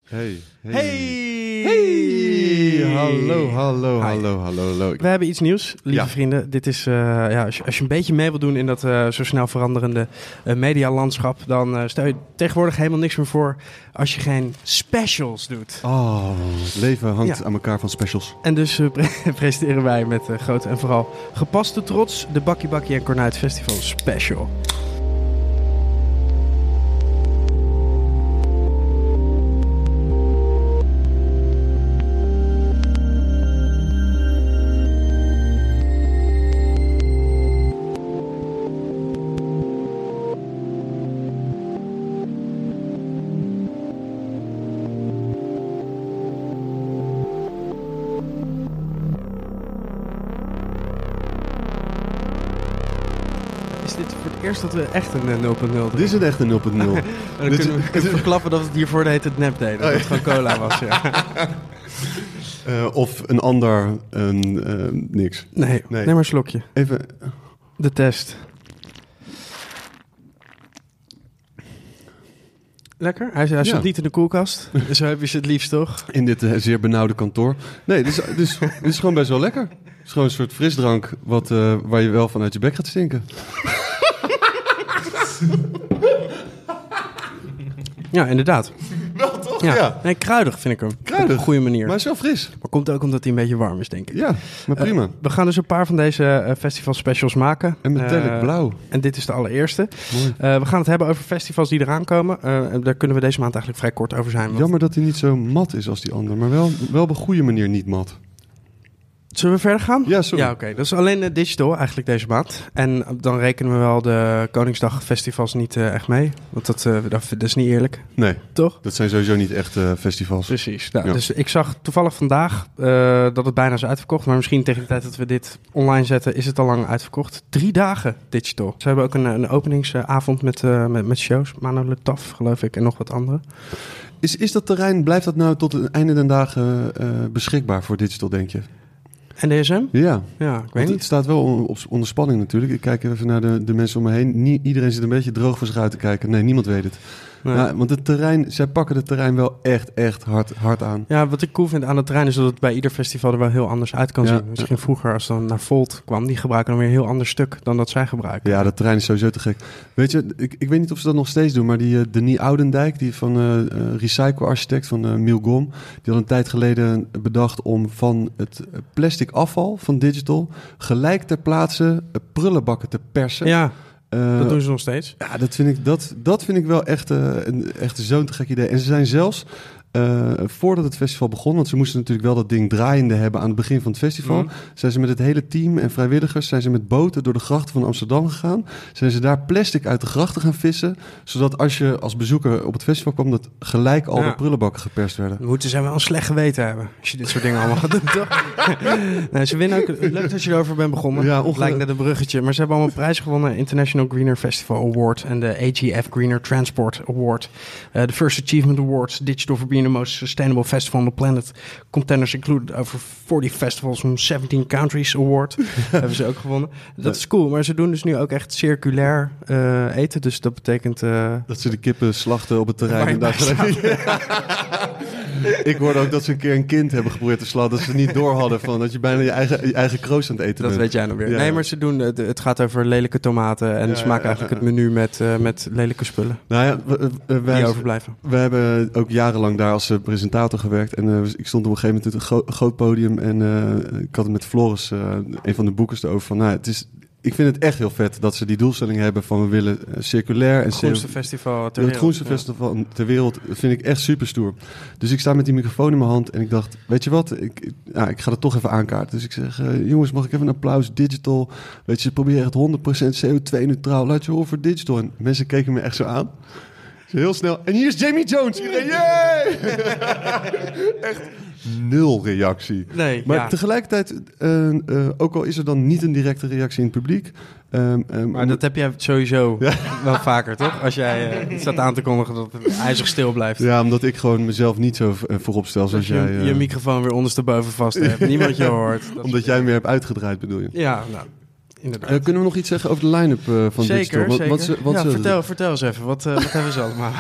Hey! Hallo. We hebben iets nieuws, lieve vrienden. Dit is, als je een beetje mee wil doen in dat zo snel veranderende medialandschap, dan stel je tegenwoordig helemaal niks meer voor als je geen specials doet. Oh, het leven hangt aan elkaar van specials. En dus presenteren wij met grote en vooral gepaste trots de Bakkie en Kornuit Festival Special. Eerst dat we echt een 0.0 drinken. Dit is een echt een 0.0 Dan kunnen we verklappen dat we het hiervoor de het nep deden. Dat het gewoon cola was, ja. Of een ander niks. Nee, neem maar een slokje. Even. De test. Lekker. Hij zat niet in de koelkast. Zo heb je ze het liefst, toch? In dit zeer benauwde kantoor. Nee, dit is gewoon best wel lekker. Het is gewoon een soort frisdrank waar je wel van uit je bek gaat stinken. Ja, inderdaad. Wel toch? Ja. Nee, kruidig vind ik hem. Kruidig. Op een goede manier. Maar is wel fris. Maar komt ook omdat hij een beetje warm is, denk ik. Ja, maar prima. We gaan dus een paar van deze festival specials maken. En metallic blauw. En dit is de allereerste. Mooi. We gaan het hebben over festivals die eraan komen. Daar kunnen we deze maand eigenlijk vrij kort over zijn. Jammer dat hij niet zo mat is als die ander. Maar wel op een goede manier niet mat. Zullen we verder gaan? Ja, sorry. Ja, oké. Dat is alleen digital eigenlijk deze maand. En dan rekenen we wel de Koningsdag festivals niet echt mee. Want dat is niet eerlijk. Nee. Toch? Dat zijn sowieso niet echt festivals. Precies. Nou, Dus ik zag toevallig vandaag dat het bijna is uitverkocht. Maar misschien tegen de tijd dat we dit online zetten is het al lang uitverkocht. 3 dagen digital. Ze hebben ook een openingsavond met shows. Mano Letaf, geloof ik, en nog wat andere. Is dat terrein, blijft dat nou tot het einde den dagen beschikbaar voor digital, denk je? En DSM? Ja, ik weet niet. niet. Het staat wel onder spanning natuurlijk. Ik kijk even naar de mensen om me heen. Iedereen zit een beetje droog voor zich uit te kijken. Nee, niemand weet het. Nee. Nou, want zij pakken het terrein wel echt hard aan. Ja, wat ik cool vind aan het terrein is dat het bij ieder festival er wel heel anders uit kan zien. Misschien vroeger als dan naar Volt kwam, die gebruiken dan weer een heel ander stuk dan dat zij gebruiken. Ja, dat terrein is sowieso te gek. Weet je, ik weet niet of ze dat nog steeds doen, maar die Denis Oudendijk, die van Recycle Architect van Milgom, die had een tijd geleden bedacht om van het plastic afval van digital gelijk ter plaatse prullenbakken te persen. Ja. Dat doen ze nog steeds. Ja, dat vind ik wel echt zo'n te gek idee. En ze zijn zelfs, voordat het festival begon, want ze moesten natuurlijk wel dat ding draaiende hebben aan het begin van het festival, zijn ze met het hele team en vrijwilligers zijn ze met boten door de grachten van Amsterdam gegaan. Zijn ze daar plastic uit de grachten gaan vissen, zodat als je als bezoeker op het festival kwam, dat gelijk al de prullenbakken geperst werden. Moeten ze wel een slecht geweten hebben, als je dit soort dingen allemaal gaat doen, toch? Nee, ze winnen ook, leuk dat je erover bent begonnen. Ja, het lijkt net een bruggetje, maar ze hebben allemaal prijzen gewonnen. International Greener Festival Award en de AGF Greener Transport Award. The First Achievement Awards, Digital for being the most sustainable festival on the planet. Contenders included over 40 festivals from 17 countries award. Hebben ze ook gewonnen. Dat is cool, maar ze doen dus nu ook echt circulair eten. Dus dat betekent... dat ze de kippen slachten op het terrein. Ik hoorde ook dat ze een keer een kind hebben geprobeerd te slachten. Dat ze niet door hadden van dat je bijna je eigen kroos aan het eten bent. Dat weet jij nog weer. Ja. Nee, maar ze doen... Het gaat over lelijke tomaten. En ze maken eigenlijk het menu met lelijke spullen. Nou ja, die overblijven. We hebben ook jarenlang daar als presentator gewerkt. En ik stond op een gegeven moment op een groot podium. En ik had het met Floris, een van de boekers, erover van... Nou, ik vind het echt heel vet dat ze die doelstelling hebben van we willen circulair... en het groenste festival ter wereld. Het groenste festival ter wereld vind ik echt super stoer. Dus ik sta met die microfoon in mijn hand en ik dacht, weet je wat? Ik ga het toch even aankaarten. Dus ik zeg, jongens, mag ik even een applaus? Digital, weet je, ze proberen echt 100% CO2-neutraal. Laat je horen voor digital. En mensen keken me echt zo aan. Heel snel. En hier is Jamie Jones. Iedereen, yay! Echt 0 reactie. Nee, maar tegelijkertijd, ook al is er dan niet een directe reactie in het publiek... maar dat heb jij sowieso wel vaker, toch? Als jij staat aan te kondigen dat het ijzig stil blijft. Ja, omdat ik gewoon mezelf niet zo voorop stel zoals jij... je microfoon weer ondersteboven vast hebt. Niemand je hoort. Omdat jij hem weer hebt uitgedraaid, bedoel je? Ja, nou... inderdaad. Kunnen we nog iets zeggen over de line-up van Digital? Zeker. Vertel eens even. Wat hebben ze allemaal?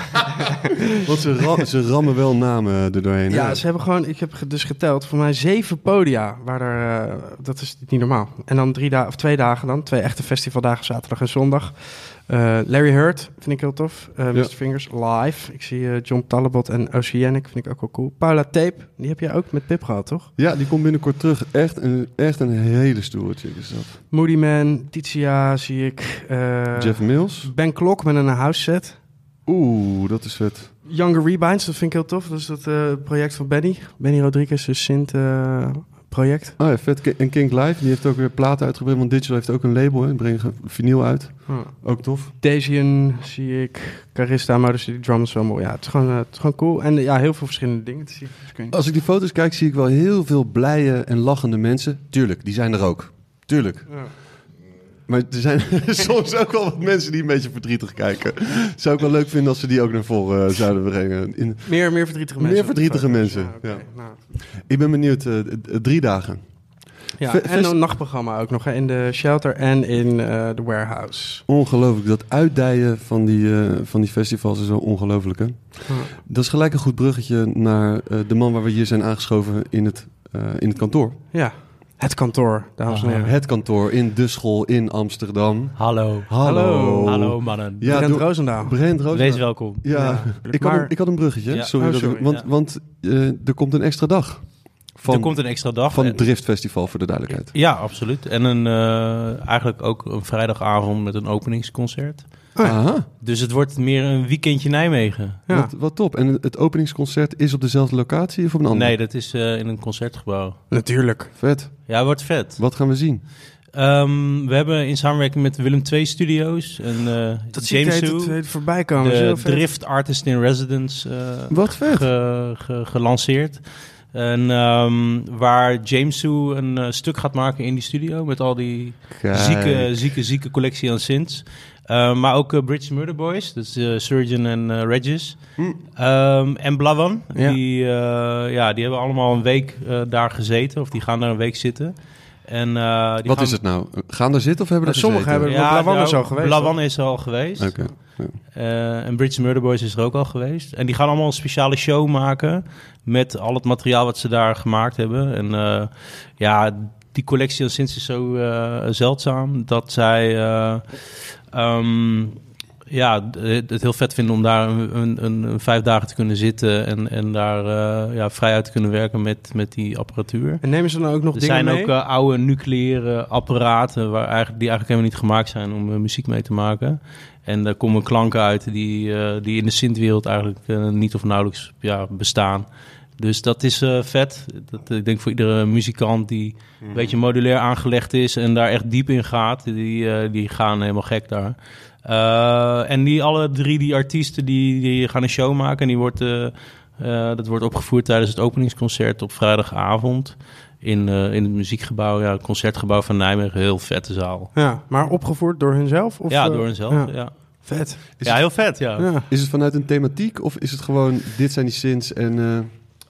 Want ze rammen wel namen er doorheen. Ja, ze hebben gewoon... Ik heb dus geteld. Voor mij 7 podia. Dat is niet normaal. En dan 2 dagen dan. 2 echte festivaldagen, zaterdag en zondag. Larry Heard vind ik heel tof. Mr. Fingers live. Ik zie John Talbot en Oceanic vind ik ook wel cool. Paula Tape, die heb jij ook met Pip gehad, toch? Ja, die komt binnenkort terug. Echt een hele stoere chick is dat. Moody Man, Titia zie ik. Jeff Mills. Ben Klok met een house set. Oeh, dat is vet. Younger Rebinds, dat vind ik heel tof. Dat is dat project van Benny Rodriguez, dus Sint project. Oh ja, vet. En King Live, die heeft ook weer platen uitgebracht. Want Digital heeft ook een label, hè. Die brengen vinyl uit. Ook tof. Dacian zie ik. Carista, Motor City Drums wel mooi. Ja, het is gewoon cool. En ja, heel veel verschillende dingen te zien. Als ik die foto's kijk, zie ik wel heel veel blije en lachende mensen. Tuurlijk, die zijn er ook. Tuurlijk. Ja. Maar er zijn soms ook wel wat mensen die een beetje verdrietig kijken. Zou ik wel leuk vinden als ze die ook naar voren zouden brengen. Meer verdrietige mensen. Meer verdrietige mensen, ja. Nou. Ik ben benieuwd. 3 dagen. Ja, en een nachtprogramma ook nog. Hè, in de Shelter en in de Warehouse. Ongelooflijk. Dat uitdijen van die festivals is zo ongelooflijk, hè? Dat is gelijk een goed bruggetje naar de man waar we hier zijn aangeschoven in het kantoor. Ja. Het kantoor, dames en heren. Het kantoor in de school in Amsterdam. Hallo. Hallo mannen. Ja, Brent Roosendaal. Wees welkom. Ja, ik had een bruggetje. Ja. Sorry. Want er komt een extra dag. Er komt een extra dag. Van het Drift Festival, voor de duidelijkheid. Ja, absoluut. En eigenlijk ook een vrijdagavond met een openingsconcert. Aha. Dus het wordt meer een weekendje Nijmegen. Ja. Wat top. En het openingsconcert is op dezelfde locatie of op een andere? Nee, dat is in een concertgebouw. Natuurlijk. Vet. Ja, wordt vet. Wat gaan we zien? We hebben in samenwerking met Willem II Studios en James Sue voorbij komen. De Drift Artist in Residence Wat vet. gelanceerd. En waar James Sue een stuk gaat maken in die studio met al die zieke collectie aan synths. Maar ook British Murder Boys, dus Surgeon en Regis. En Blavan, ja. Die hebben allemaal een week daar gezeten, of die gaan daar een week zitten. En, Wat is het nou? Gaan er zitten of hebben er sommigen hebben Blavan is al geweest. Blavan is al geweest. Okay. Ja. En British Murder Boys is er ook al geweest. En die gaan allemaal een speciale show maken met al het materiaal wat ze daar gemaakt hebben. En die collectie aan synths is zo zeldzaam dat zij het heel vet vinden om daar een 5 dagen te kunnen zitten en daar vrij uit te kunnen werken met die apparatuur. En nemen ze dan ook nog dingen mee? Er zijn ook oude nucleaire apparaten die eigenlijk helemaal niet gemaakt zijn om muziek mee te maken. En daar komen klanken uit die in de synthwereld eigenlijk niet of nauwelijks bestaan. Dus dat is vet. Ik denk voor iedere muzikant die een beetje modulair aangelegd is en daar echt diep in gaat, die gaan helemaal gek daar. En alle 3 die artiesten die gaan een show maken en dat wordt opgevoerd tijdens het openingsconcert op vrijdagavond in het muziekgebouw, het concertgebouw van Nijmegen. Heel vette zaal. Ja, maar opgevoerd door hunzelf? Of, ja, door hunzelf, ja. Vet. Heel vet, ja. Is het vanuit een thematiek of is het gewoon, dit zijn die synths en...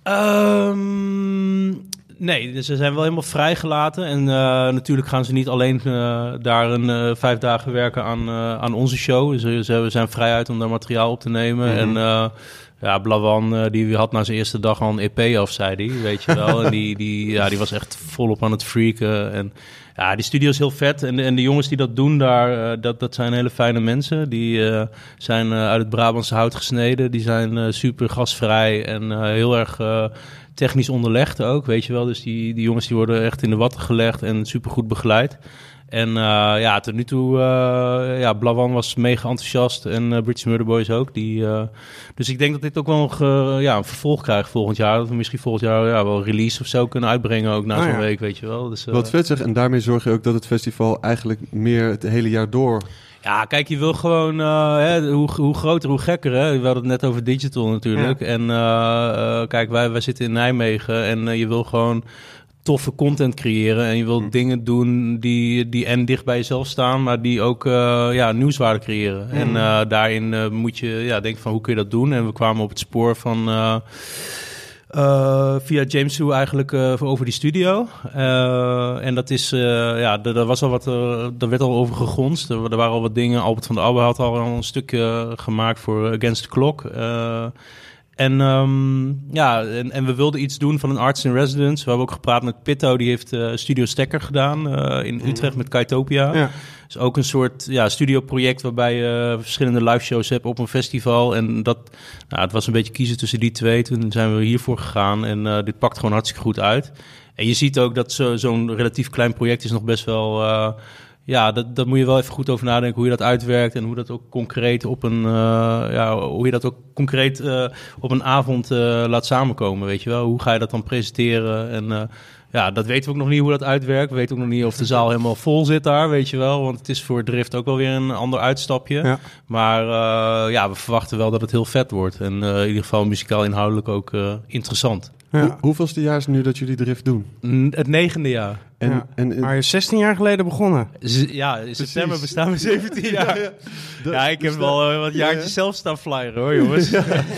Nee, dus ze zijn wel helemaal vrijgelaten. En natuurlijk gaan ze niet alleen daar 5 dagen werken aan onze show. Ze zijn vrij uit om daar materiaal op te nemen. En Blavan, die had na zijn eerste dag al een EP af, zei hij, weet je wel. En die was echt volop aan het freaken. En ja, die studio is heel vet. En de jongens die dat doen daar, dat zijn hele fijne mensen. Die zijn uit het Brabantse hout gesneden. Die zijn super gastvrij en heel erg technisch onderlegd ook, weet je wel. Dus die jongens die worden echt in de watten gelegd en super goed begeleid. En tot nu toe, Blavan was mega enthousiast en British Murder Boys ook. Dus ik denk dat dit ook wel nog een vervolg krijgt volgend jaar. Dat we misschien volgend jaar wel release of zo kunnen uitbrengen ook na zo'n week, weet je wel. Dus, wat vet zeg, en daarmee zorg je ook dat het festival eigenlijk meer het hele jaar door... Ja, kijk, je wil gewoon, hoe groter, hoe gekker. Hè? We hadden het net over digital natuurlijk. Ja. En kijk, wij zitten in Nijmegen en je wil gewoon toffe content creëren. En je wil dingen doen die en dicht bij jezelf staan, maar die ook nieuwswaarde creëren. En daarin moet je denken van, hoe kun je dat doen? En we kwamen op het spoor van... Via James Hu eigenlijk over die studio. En dat is, daar was al wat, daar werd al over gegonst. Er waren al wat dingen. Albert van der Abbe had al een stukje gemaakt voor Against the Clock. En we wilden iets doen van een artist in residence. We hebben ook gepraat met Pitto, die heeft Studio Stekker gedaan in Utrecht met Kaitopia. Ja. Dus ook een soort studioproject waarbij je verschillende live shows hebt op een festival. En het was een beetje kiezen tussen die twee. Toen zijn we hiervoor gegaan en dit pakt gewoon hartstikke goed uit. En je ziet ook dat zo'n relatief klein project is nog best wel... dat moet je wel even goed over nadenken hoe je dat uitwerkt en hoe dat ook concreet op een avond laat samenkomen, weet je wel. Hoe ga je dat dan presenteren? En dat weten we ook nog niet hoe dat uitwerkt. We weten ook nog niet of de zaal helemaal vol zit daar, weet je wel. Want het is voor Drift ook wel weer een ander uitstapje. Ja. Maar we verwachten wel dat het heel vet wordt. En in ieder geval muzikaal inhoudelijk ook interessant. Ja. Hoeveelste jaar is het nu dat jullie Drift doen? Het 9e jaar. Maar je 16 jaar geleden begonnen. In september bestaan we 17 jaar. Ik heb wel wat jaartjes zelf staan flyeren hoor, jongens.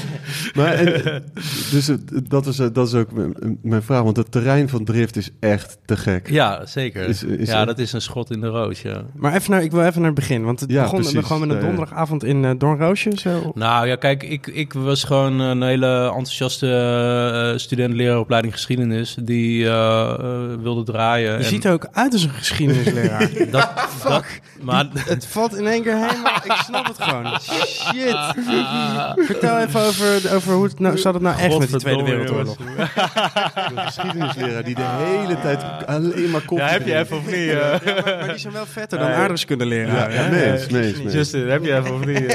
Dat is ook mijn vraag, want het terrein van Drift is echt te gek. Ja, zeker. Dat is een schot in de roos, ja. Maar ik wil even naar het begin, want het begon gewoon met een donderdagavond in Doornroosje. Zo. Nou ja, kijk, ik was gewoon een hele enthousiaste student-leraaropleiding geschiedenis die wilde draaien. Je ziet er ook uit als een geschiedenisleraar. Maar het valt in één keer helemaal... Ik snap het gewoon. Shit. Vertel even over hoe zat het nou echt met de Tweede Wereldoorlog? Een geschiedenisleraar die de hele tijd alleen maar koffie... Ja, heb je even of niet? Maar die zijn wel vetter dan aardrijkskundeleraar. Nee. Justin, heb je even of niet?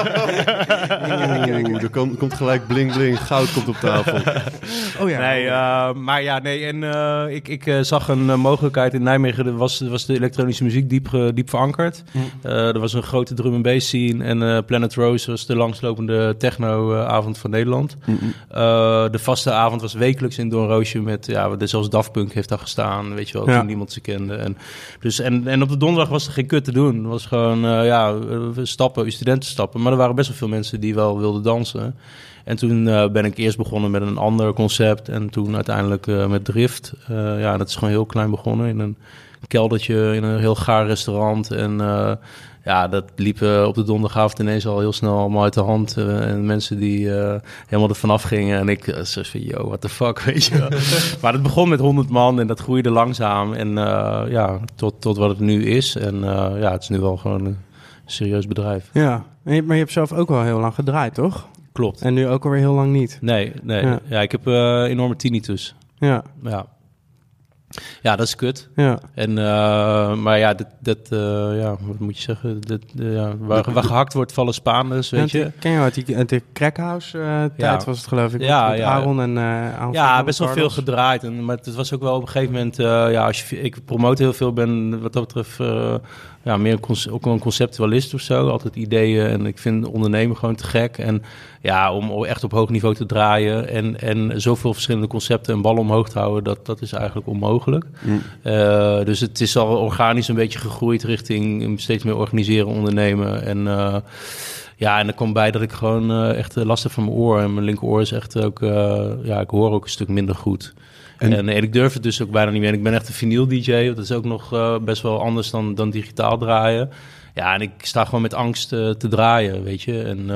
Er komt gelijk bling bling. Goud komt op tafel. Oh ja. Nee, En ik zag een mogelijkheid in Nijmegen. Was de elektronische muziek diep verankerd. Er was een grote drum and bass scene. En Planet Rose was de langslopende techno-avond van Nederland. De vaste avond was wekelijks in Doornroosje met... zelfs Daft Punk heeft daar gestaan. Weet je wel, toen niemand ze kende. En op de donderdag was er geen kut te doen. Het was gewoon studenten stappen. Maar er waren best wel veel mensen die wel wilden dansen. En toen ben ik eerst begonnen met een ander concept. En toen uiteindelijk met Drift. Dat is gewoon heel klein begonnen. In een keldertje, in een heel gaar restaurant. En dat liep op de donderdagavond ineens al heel snel allemaal uit de hand. En mensen die helemaal er vanaf gingen. En ik zo van, yo, what the fuck, weet je wel. Maar het begon met 100 man en dat groeide langzaam. En tot wat het nu is. En het is nu wel gewoon een serieus bedrijf. Ja, maar je hebt zelf ook wel heel lang gedraaid, toch? Klopt. En nu ook alweer heel lang niet. Nee. Ja, ik heb enorme tinnitus. Ja, dat is kut. Ja. En, maar wat moet je zeggen? Waar gehakt wordt, vallen Spaanders, weet je. Ken je uit de Crackhouse tijd was het, geloof ik? Met Aaron en Aaron. Ja, best wel veel gedraaid. Maar het was ook wel op een gegeven moment... ik promote heel veel, ben wat dat betreft... meer ook een conceptualist of zo. Altijd ideeën en ik vind ondernemen gewoon te gek. En om echt op hoog niveau te draaien en zoveel verschillende concepten en ballen omhoog te houden, dat is eigenlijk onmogelijk. Dus het is al organisch een beetje gegroeid richting steeds meer organiseren, ondernemen. En en er komt bij dat ik gewoon echt last heb van mijn oor. En mijn linkeroor is echt ook... ik hoor ook een stuk minder goed. En ik durf het dus ook bijna niet meer. En ik ben echt een vinyl-dj. Dat is ook nog best wel anders dan digitaal draaien. Ja, en ik sta gewoon met angst te draaien, weet je. En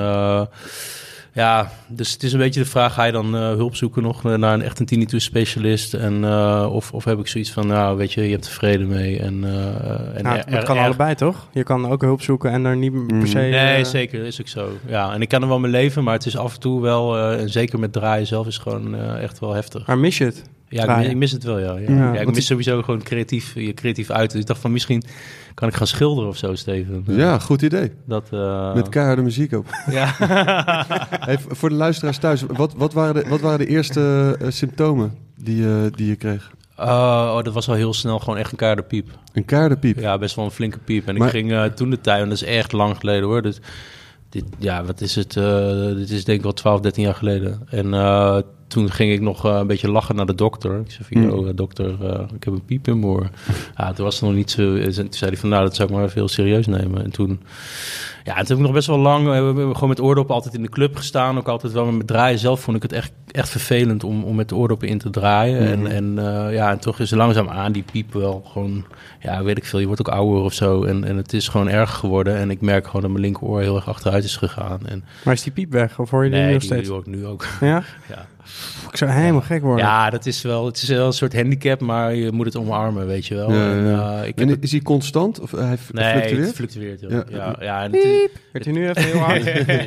dus het is een beetje de vraag... ga je dan hulp zoeken nog naar een tinnitus specialist? En, of heb ik zoiets van, weet je, je hebt er vrede mee. Het kan allebei, toch? Je kan ook hulp zoeken en daar niet per se... Nee, zeker, dat is ook zo. Ja, en ik kan er wel mee leven, maar het is af en toe wel... en zeker met draaien zelf is gewoon echt wel heftig. Maar mis je het? Ja, ik mis het wel, ja. Ik mis sowieso gewoon creatief uit. Dus ik dacht van, misschien kan ik gaan schilderen of zo, Steven. Ja, goed idee. Met keiharde muziek ook. Ja. Hey, voor de luisteraars thuis, wat waren de eerste symptomen die je kreeg? Dat was al heel snel gewoon echt een keiharde piep. Een keiharde piep? Ja, best wel een flinke piep. En ik ging toen de tijd, en dat is echt lang geleden hoor. Dus wat is het? Dit is denk ik wel 12, 13 jaar geleden. En toen ging ik nog een beetje lachen naar de dokter. Ik zei van, dokter, ik heb een piep in mijn oor. Ja, toen was het nog niet zo... Toen zei hij van, nou, dat zou ik maar even heel serieus nemen. En toen... Ja, en toen heb ik nog best wel lang... We hebben gewoon met oordoppen altijd in de club gestaan. Ook altijd wel met draaien. Zelf vond ik het echt vervelend om met de oordoppen in te draaien. En toch is langzaam aan die piep wel gewoon... Ja, weet ik veel. Je wordt ook ouder of zo. En het is gewoon erg geworden. En ik merk gewoon dat mijn linkeroor heel erg achteruit is gegaan. En... Maar is die piep weg? Of hoor je die nog steeds? Nee, die hoor ik nu ook. Ja? Ja. Ik zou helemaal gek worden. Ja, het is wel een soort handicap, maar je moet het omarmen, weet je wel. Is hij constant? Of hij fluctueert? Nee, het fluctueert. Ja. Werd hij nu even heel hard?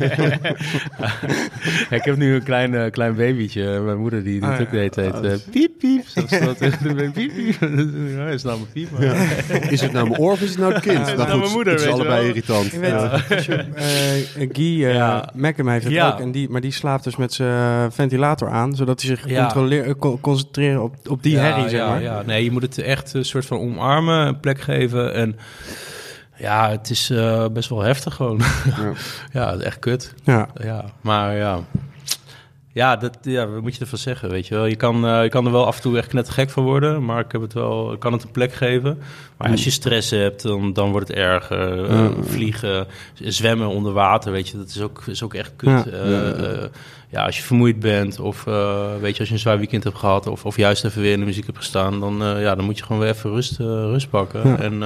Ik heb nu een klein babytje. Mijn moeder die doet ook de hele tijd piep, piep. Zo staat piep, piep. Ja, is nou mijn piep. Maar... Is het nou mijn oor of is het nou het kind? Nou goed, mijn moeder, het is allebei wel. irritant. Ik weet, Guy Mackham heeft het ook. Maar die slaapt dus met zijn ventilator aan, zodat hij zich concentreren op die herrie, zeg maar. Ja. Nee, je moet het echt een soort van omarmen, een plek geven. En ja, het is best wel heftig gewoon. Ja, het is echt kut. Ja. Maar ja... Ja, wat moet je ervan zeggen, weet je wel. Je kan er wel af en toe echt knettergek van worden, maar ik kan het een plek geven. Maar als je stress hebt, dan wordt het erger. Vliegen, zwemmen onder water, weet je, dat is ook echt kut. Als je vermoeid bent of weet je, als je een zwaar weekend hebt gehad of juist even weer in de muziek hebt gestaan, dan moet je gewoon weer even rust pakken. Ja. En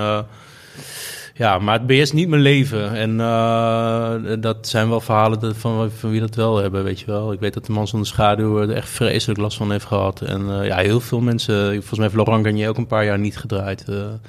maar het beheerst niet mijn leven. En dat zijn wel verhalen van wie dat wel hebben, weet je wel. Ik weet dat de Man Zonder Schaduw er echt vreselijk last van heeft gehad. En heel veel mensen... Volgens mij heeft Laurent Garnier ook een paar jaar niet gedraaid.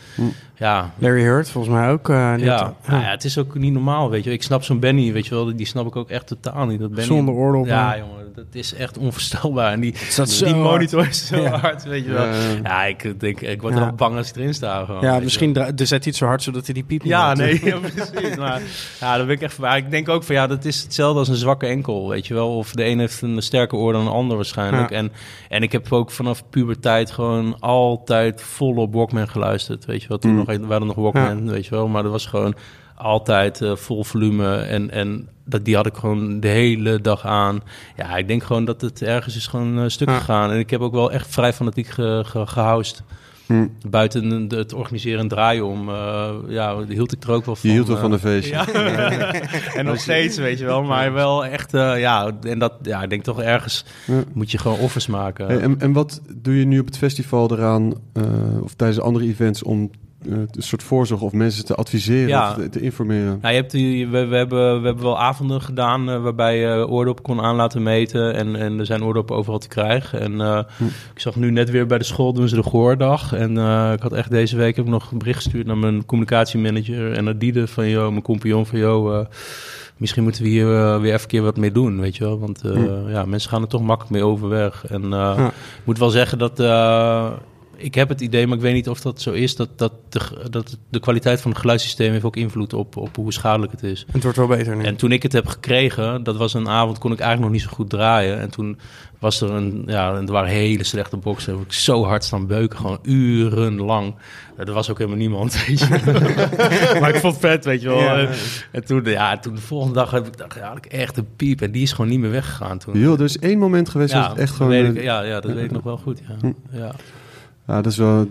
Larry Hurt, volgens mij ook. Het is ook niet normaal, weet je. Ik snap zo'n Benny, weet je wel. Die snap ik ook echt totaal niet. Dat Benny, zonder oordeel. Ja, jongen. Dat is echt onvoorstelbaar. En die monitor is zo hard, weet je wel. Ja, ik word er al bang als ik erin sta. Gewoon, ja, misschien zet hij het zo hard, zodat hij die piep niet precies. Maar daar ben ik echt van. Ik denk ook van, dat is hetzelfde als een zwakke enkel, weet je wel. Of de een heeft een sterke oor dan een ander waarschijnlijk. Ja. En ik heb ook vanaf puberteit gewoon altijd vol op Walkman geluisterd, weet je wel. Toen waren nog Walkman, weet je wel. Maar dat was gewoon altijd vol volume en die had ik gewoon de hele dag aan. Ja, ik denk gewoon dat het ergens is gewoon stuk gegaan. En ik heb ook wel echt vrij fanatiek gehoused. Buiten het organiseren en draaien om, hield ik er ook wel van. Je hield wel van een feestje. Ja. En nog steeds, weet je wel. Maar wel echt, en dat, ik denk toch ergens moet je gewoon offers maken. Hey, en wat doe je nu op het festival eraan, of tijdens andere events, om een soort voorzorg of mensen te adviseren of te informeren? Nou, we hebben wel avonden gedaan waarbij je oordoppen kon aan laten meten. En er zijn oordoppen overal te krijgen. En ik zag nu net weer bij de school doen ze de gehoordag. En ik had echt deze week heb ik nog een bericht gestuurd naar mijn communicatiemanager en naar Diede van mijn compagnon van misschien moeten we hier weer even een keer wat mee doen, weet je wel. Want mensen gaan er toch makkelijk mee overweg. En ik moet wel zeggen dat... ik heb het idee, maar ik weet niet of dat zo is, dat de kwaliteit van het geluidssysteem heeft ook invloed op hoe schadelijk het is. Het wordt wel beter nu. En toen ik het heb gekregen, dat was een avond, kon ik eigenlijk nog niet zo goed draaien. En toen was er er waren hele slechte boxen. Heb ik zo hard staan beuken, gewoon urenlang. Er was ook helemaal niemand, weet je. Maar ik vond het vet, weet je wel. Ja. En toen de volgende dag had ik echt een piep. En die is gewoon niet meer weggegaan toen. Joh, er is één moment geweest dat het echt gewoon... dat weet ik nog wel goed, ja. Ja, dat is wel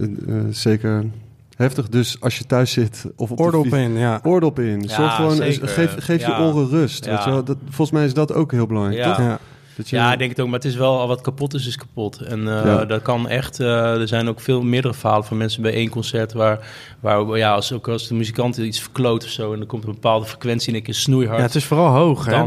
zeker heftig. Dus als je thuis zit of op oordop in, oordop in. Zorg gewoon, geef je oren rust. Ja. Weet je wel? Volgens mij is dat ook heel belangrijk, toch? Ja. Ja, ik denk het ook. Maar het is wel, al wat kapot is kapot. En dat kan echt... er zijn ook veel meerdere verhalen van mensen bij één concert... waar als de muzikant iets verkloot of zo... en er komt een bepaalde frequentie en een keer snoeihard... Ja, het is vooral hoog, hè?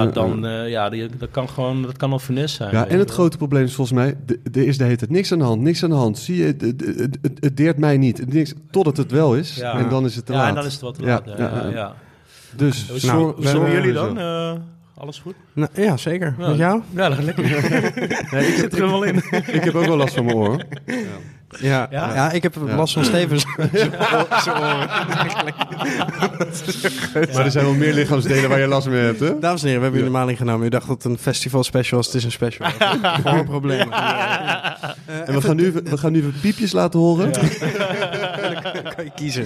Dat kan al finesse zijn. Ja, en het grote probleem is volgens mij... er is de hele tijd niks aan de hand. Zie je, het deert mij niet. Totdat het wel is. Ja. En dan is het te laat. Ja, en dan is het wat te laat. Ja. Dus, zorgen jullie dan... alles goed? Nou, ja, zeker. Met jou? Ja, dat gaat lekker. Ik zit er helemaal in. Ik heb ook wel last van mijn oor. Ja, ik heb last van Stevens. Maar er zijn wel meer lichaamsdelen waar je last mee hebt, hè? Dames en heren, we hebben jullie maling genomen. U dacht dat het een festival special was. Het is een special. Gewoon problemen. En we gaan nu even piepjes laten horen. Ja. kan je kiezen.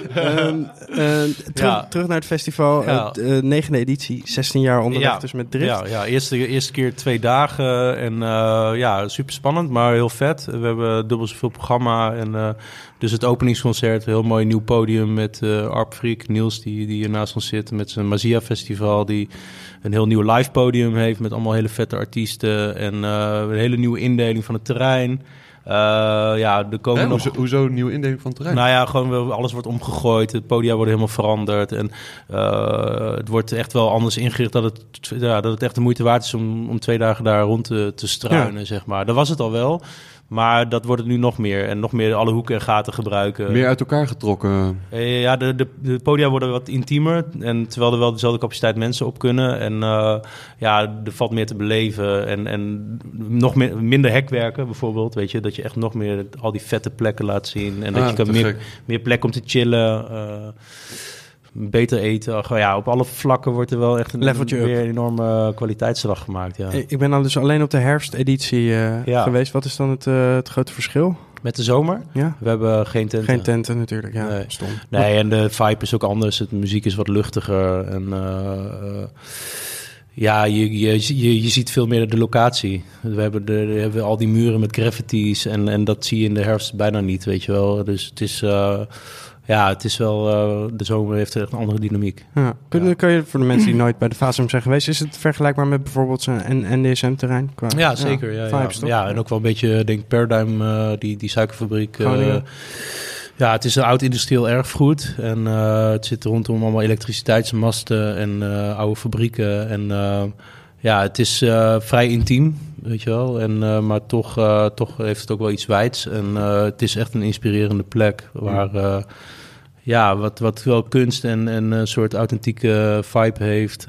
Terug naar het festival. Ja. 9e editie, 16 jaar onderweg, dus met Drift. Ja, eerste keer 2 dagen. En super spannend, maar heel vet. We hebben dubbel zoveel programma. En dus het openingsconcert, een heel mooi nieuw podium met Arp Freak, Niels, die hier naast ons zit. Met zijn Mazia Festival, die een heel nieuw live podium heeft met allemaal hele vette artiesten. En een hele nieuwe indeling van het terrein. Er komen nog... Hoezo een nieuwe indeling van het terrein? Nou ja, gewoon alles wordt omgegooid. Het podia worden helemaal veranderd. En het wordt echt wel anders ingericht dat het echt de moeite waard is om 2 dagen daar rond te struinen, zeg maar. Dat was het al wel. Maar dat wordt het nu nog meer. En nog meer alle hoeken en gaten gebruiken. Meer uit elkaar getrokken. De podia worden wat intiemer. En terwijl er wel dezelfde capaciteit mensen op kunnen. En er valt meer te beleven. En nog minder hekwerken bijvoorbeeld. Weet je, dat je echt nog meer al die vette plekken laat zien. En dat je kan meer plek om te chillen. Beter eten. Ja, op alle vlakken wordt er wel echt een enorme kwaliteitsslag gemaakt. Ja. Ik ben dan dus alleen op de herfsteditie geweest. Wat is dan het grote verschil? Met de zomer? Ja. We hebben geen tenten. Geen tenten natuurlijk, ja. Nee. Stom. Nee, en de vibe is ook anders. De muziek is wat luchtiger. En je ziet veel meer de locatie. We hebben al die muren met graffitis. En dat zie je in de herfst bijna niet, weet je wel. Dus het is... het is wel... de zomer heeft echt een andere dynamiek. Ja. Kun je voor de mensen die nooit bij de Fasum zijn geweest... is het vergelijkbaar met bijvoorbeeld zijn NDSM-terrein? Ja, zeker. Ja, en ook wel een beetje, denk ik, Paradigm, die suikerfabriek. Het is een oud industrieel erfgoed. En het zit rondom allemaal elektriciteitsmasten en oude fabrieken. En het is vrij intiem, weet je wel. En, maar toch heeft het ook wel iets wijds. En het is echt een inspirerende plek waar... wat wel kunst en een soort authentieke vibe heeft.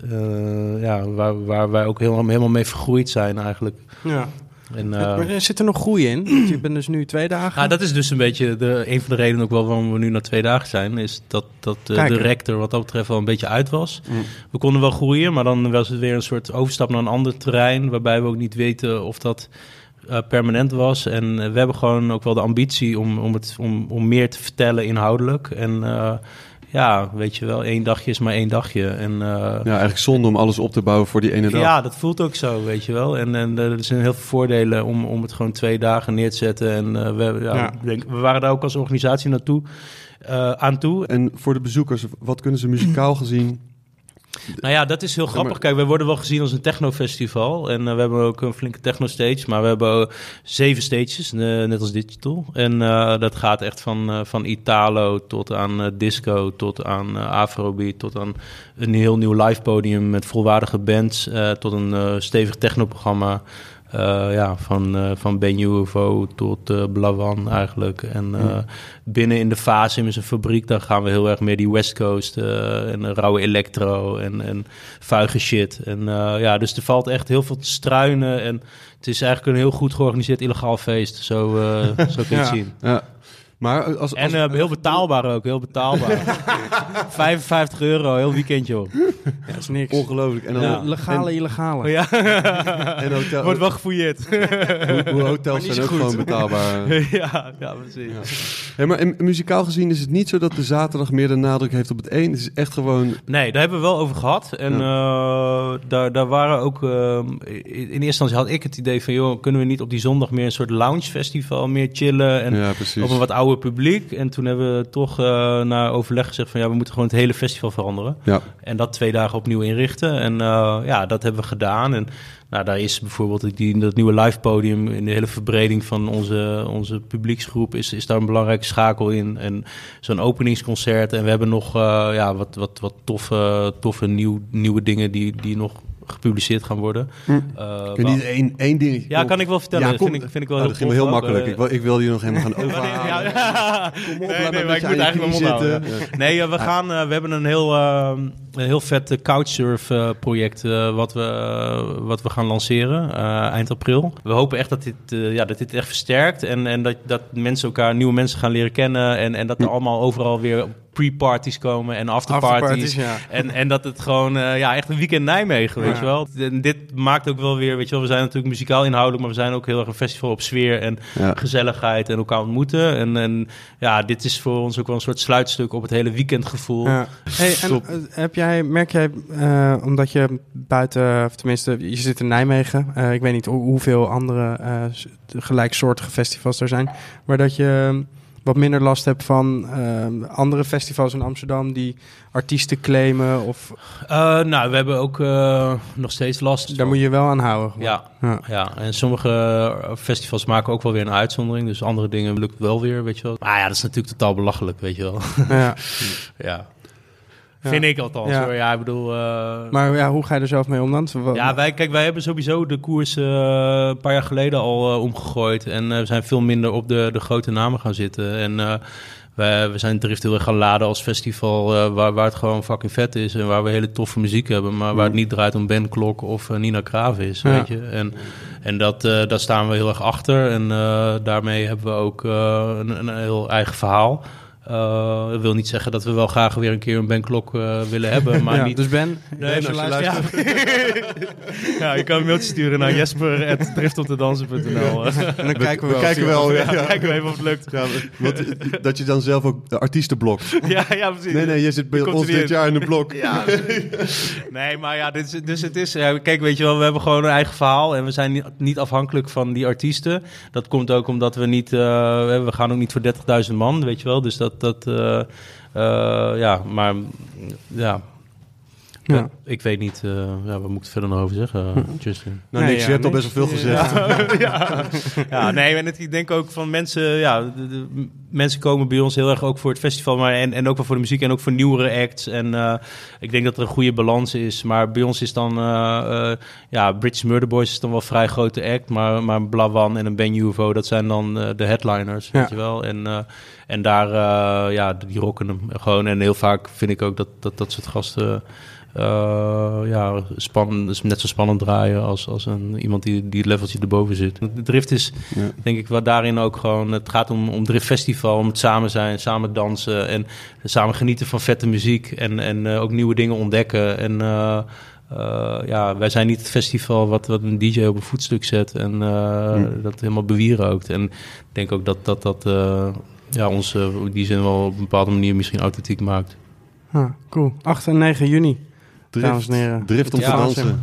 Waar wij ook helemaal mee vergroeid zijn eigenlijk. Ja. En, zit er nog groei in? Want je bent dus nu 2 dagen. Ja, dat is dus een beetje een van de redenen ook wel waarom we nu na 2 dagen zijn. Is dat de rector wat dat betreft wel een beetje uit was. We konden wel groeien, maar dan was het weer een soort overstap naar een ander terrein. Waarbij we ook niet weten of dat permanent was. En we hebben gewoon ook wel de ambitie om meer te vertellen inhoudelijk. En weet je wel, 1 dagje is maar 1 dagje. En, eigenlijk zonde om alles op te bouwen voor die ene dag. Ja, dat voelt ook zo, weet je wel. En er zijn heel veel voordelen om het gewoon 2 dagen neer te zetten. En we waren daar ook als organisatie aan toe. En voor de bezoekers, wat kunnen ze muzikaal gezien... Nou ja, dat is heel grappig. Kijk, wij worden wel gezien als een technofestival. En we hebben ook een flinke techno-stage. Maar we hebben 7 stages, net als Digital. En dat gaat echt van Italo tot aan disco, tot aan Afrobeat, tot aan een heel nieuw live podium met volwaardige bands, tot een stevig technoprogramma. Van Ben UFO tot Blawan eigenlijk. En binnen in de Fasum is een fabriek. Daar gaan we heel erg meer die West Coast en rauwe electro en vuige shit. En dus er valt echt heel veel te struinen. En het is eigenlijk een heel goed georganiseerd illegaal feest. Zo kun je het zien. Ja. Maar heel betaalbaar ook, heel betaalbaar. €55, heel weekendje hoor. Ja, dat is niks. Ongelooflijk. En dan legale, illegale. Ja. En hotel, wordt wel gefouilleerd. Hoe hotels zijn ook gewoon betaalbaar. ja, precies. Ja. Hey, maar muzikaal gezien is het niet zo dat de zaterdag meer de nadruk heeft op het een. Het is echt gewoon... Nee, daar hebben we wel over gehad. En daar waren ook... in eerste instantie had ik het idee van... joh, kunnen we niet op die zondag meer een soort lounge festival meer chillen? En op een wat ouder publiek. En toen hebben we toch na overleg gezegd van... we moeten gewoon het hele festival veranderen. Ja. En dat 2 dagen opnieuw inrichten. En dat hebben we gedaan. En daar is bijvoorbeeld dat nieuwe live podium... in de hele verbreding van onze publieksgroep... is daar een belangrijke schakel in. En zo'n openingsconcert. En we hebben nog wat toffe nieuwe dingen... die nog gepubliceerd gaan worden. Kun je niet één ding... Ja, kan ik wel vertellen. Ja, vind ik wel heel dat ging wel heel makkelijk. Ik wilde je nog helemaal gaan overhalen. Kom op, maar ik moet eigenlijk mijn mond houden. Nee, we hebben een heel vet couchsurf project wat we gaan lanceren eind april. We hopen echt dat dit echt versterkt en dat mensen nieuwe mensen gaan leren kennen en dat er allemaal overal weer pre-parties komen en afterparties. Ja. En dat het gewoon echt een weekend Nijmegen, weet je wel. En dit maakt ook wel weer, weet je wel, we zijn natuurlijk muzikaal inhoudelijk, maar we zijn ook heel erg een festival op sfeer en gezelligheid en elkaar ontmoeten. En dit is voor ons ook wel een soort sluitstuk op het hele weekendgevoel. Ja. Hey, merk jij, omdat je buiten, of tenminste, je zit in Nijmegen, ik weet niet hoeveel andere gelijksoortige festivals er zijn, maar dat je wat minder last hebt van andere festivals in Amsterdam die artiesten claimen? Of... we hebben ook nog steeds last. Daar moet je wel aan houden. Ja. En sommige festivals maken ook wel weer een uitzondering. Dus andere dingen lukt wel weer, weet je wel. Maar dat is natuurlijk totaal belachelijk, weet je wel. Ja. Vind ik althans hoor. Ja, ik bedoel... Maar hoe ga je er zelf mee om dan? Wij hebben sowieso de koers een paar jaar geleden al omgegooid. En we zijn veel minder op de grote namen gaan zitten. En we zijn Drift heel erg gaan laden als festival waar het gewoon fucking vet is. En waar we hele toffe muziek hebben. Maar waar het niet draait om Ben Klok of Nina Kraven is, weet je. En daar staan we heel erg achter. En daarmee hebben we ook een heel eigen verhaal. Dat wil niet zeggen dat we wel graag weer een keer een Ben Klok willen hebben, maar niet... Dus Ben, nee, je kan een mailtje sturen naar jesper@driftopdedansen.nl. En dan kijken we kijken we even of het lukt. Ja, dat je dan zelf ook de artiesten blokt. Ja, precies. Nee, je zit bij ons dit jaar in de blok. Ja. Nee, maar dus het is... kijk, weet je wel, we hebben gewoon een eigen verhaal en we zijn niet afhankelijk van die artiesten. Dat komt ook omdat we niet... we gaan ook niet voor 30.000 man, weet je wel. Dus ik weet niet, wat moet ik verder nog over zeggen, Justin? Je hebt al best wel veel gezegd. En ik denk ook van mensen, mensen komen bij ons heel erg ook voor het festival, maar en ook wel voor de muziek en ook voor nieuwere acts. En ik denk dat er een goede balans is, maar bij ons is dan, British Murder Boys is dan wel een vrij grote act, maar Blawan en een Ben UFO, dat zijn dan de headliners, weet je wel. En daar, die rocken hem gewoon. En heel vaak vind ik ook dat soort gasten... spannend, net zo spannend draaien als iemand die het leveltje erboven zit. De drift is, denk ik, wat daarin ook gewoon... Het gaat om driftfestival, om het samen zijn, samen dansen... en samen genieten van vette muziek en ook nieuwe dingen ontdekken. En wij zijn niet het festival wat een DJ op een voetstuk zet... en dat helemaal bewierookt. En ik denk ook dat ons in die zin wel op een bepaalde manier misschien authentiek maakt. Cool. 8 en 9 juni. Drift om te dansen.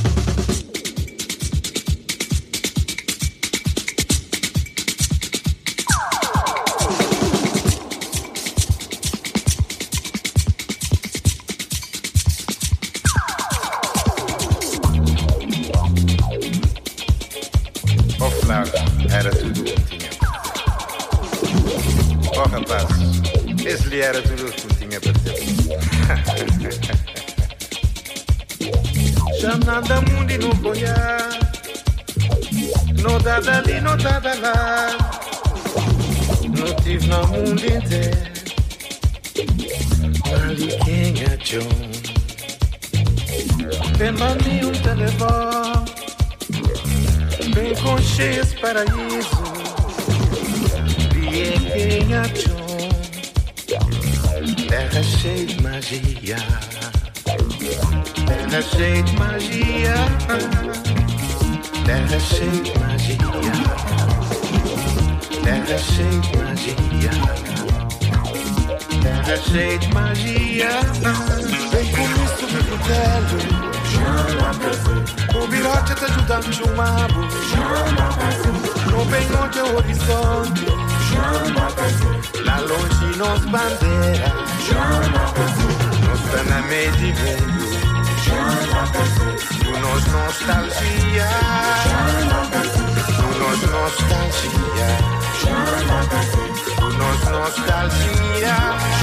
Era tudo o que tinha. Rapaz, esse era tudo o que tinha para ter. Já nada mundo no boiar, no dada ali, no dada lá, no tive no mundo inteiro, ali quem é John, vem pra mim telefone, vem com cheios paraíso, e quem é John, terra cheia de magia. Terra cheia de magia, terra cheia de magia, terra cheia de magia, terra cheia de magia. Vem com isso pro telo, o birote te ajuda a chumabo, não vem onde é o horizonte, lá longe nos bandeira, nos na meio de mundo. Nos nostalgia, nos nostalgia, nos nostalgia.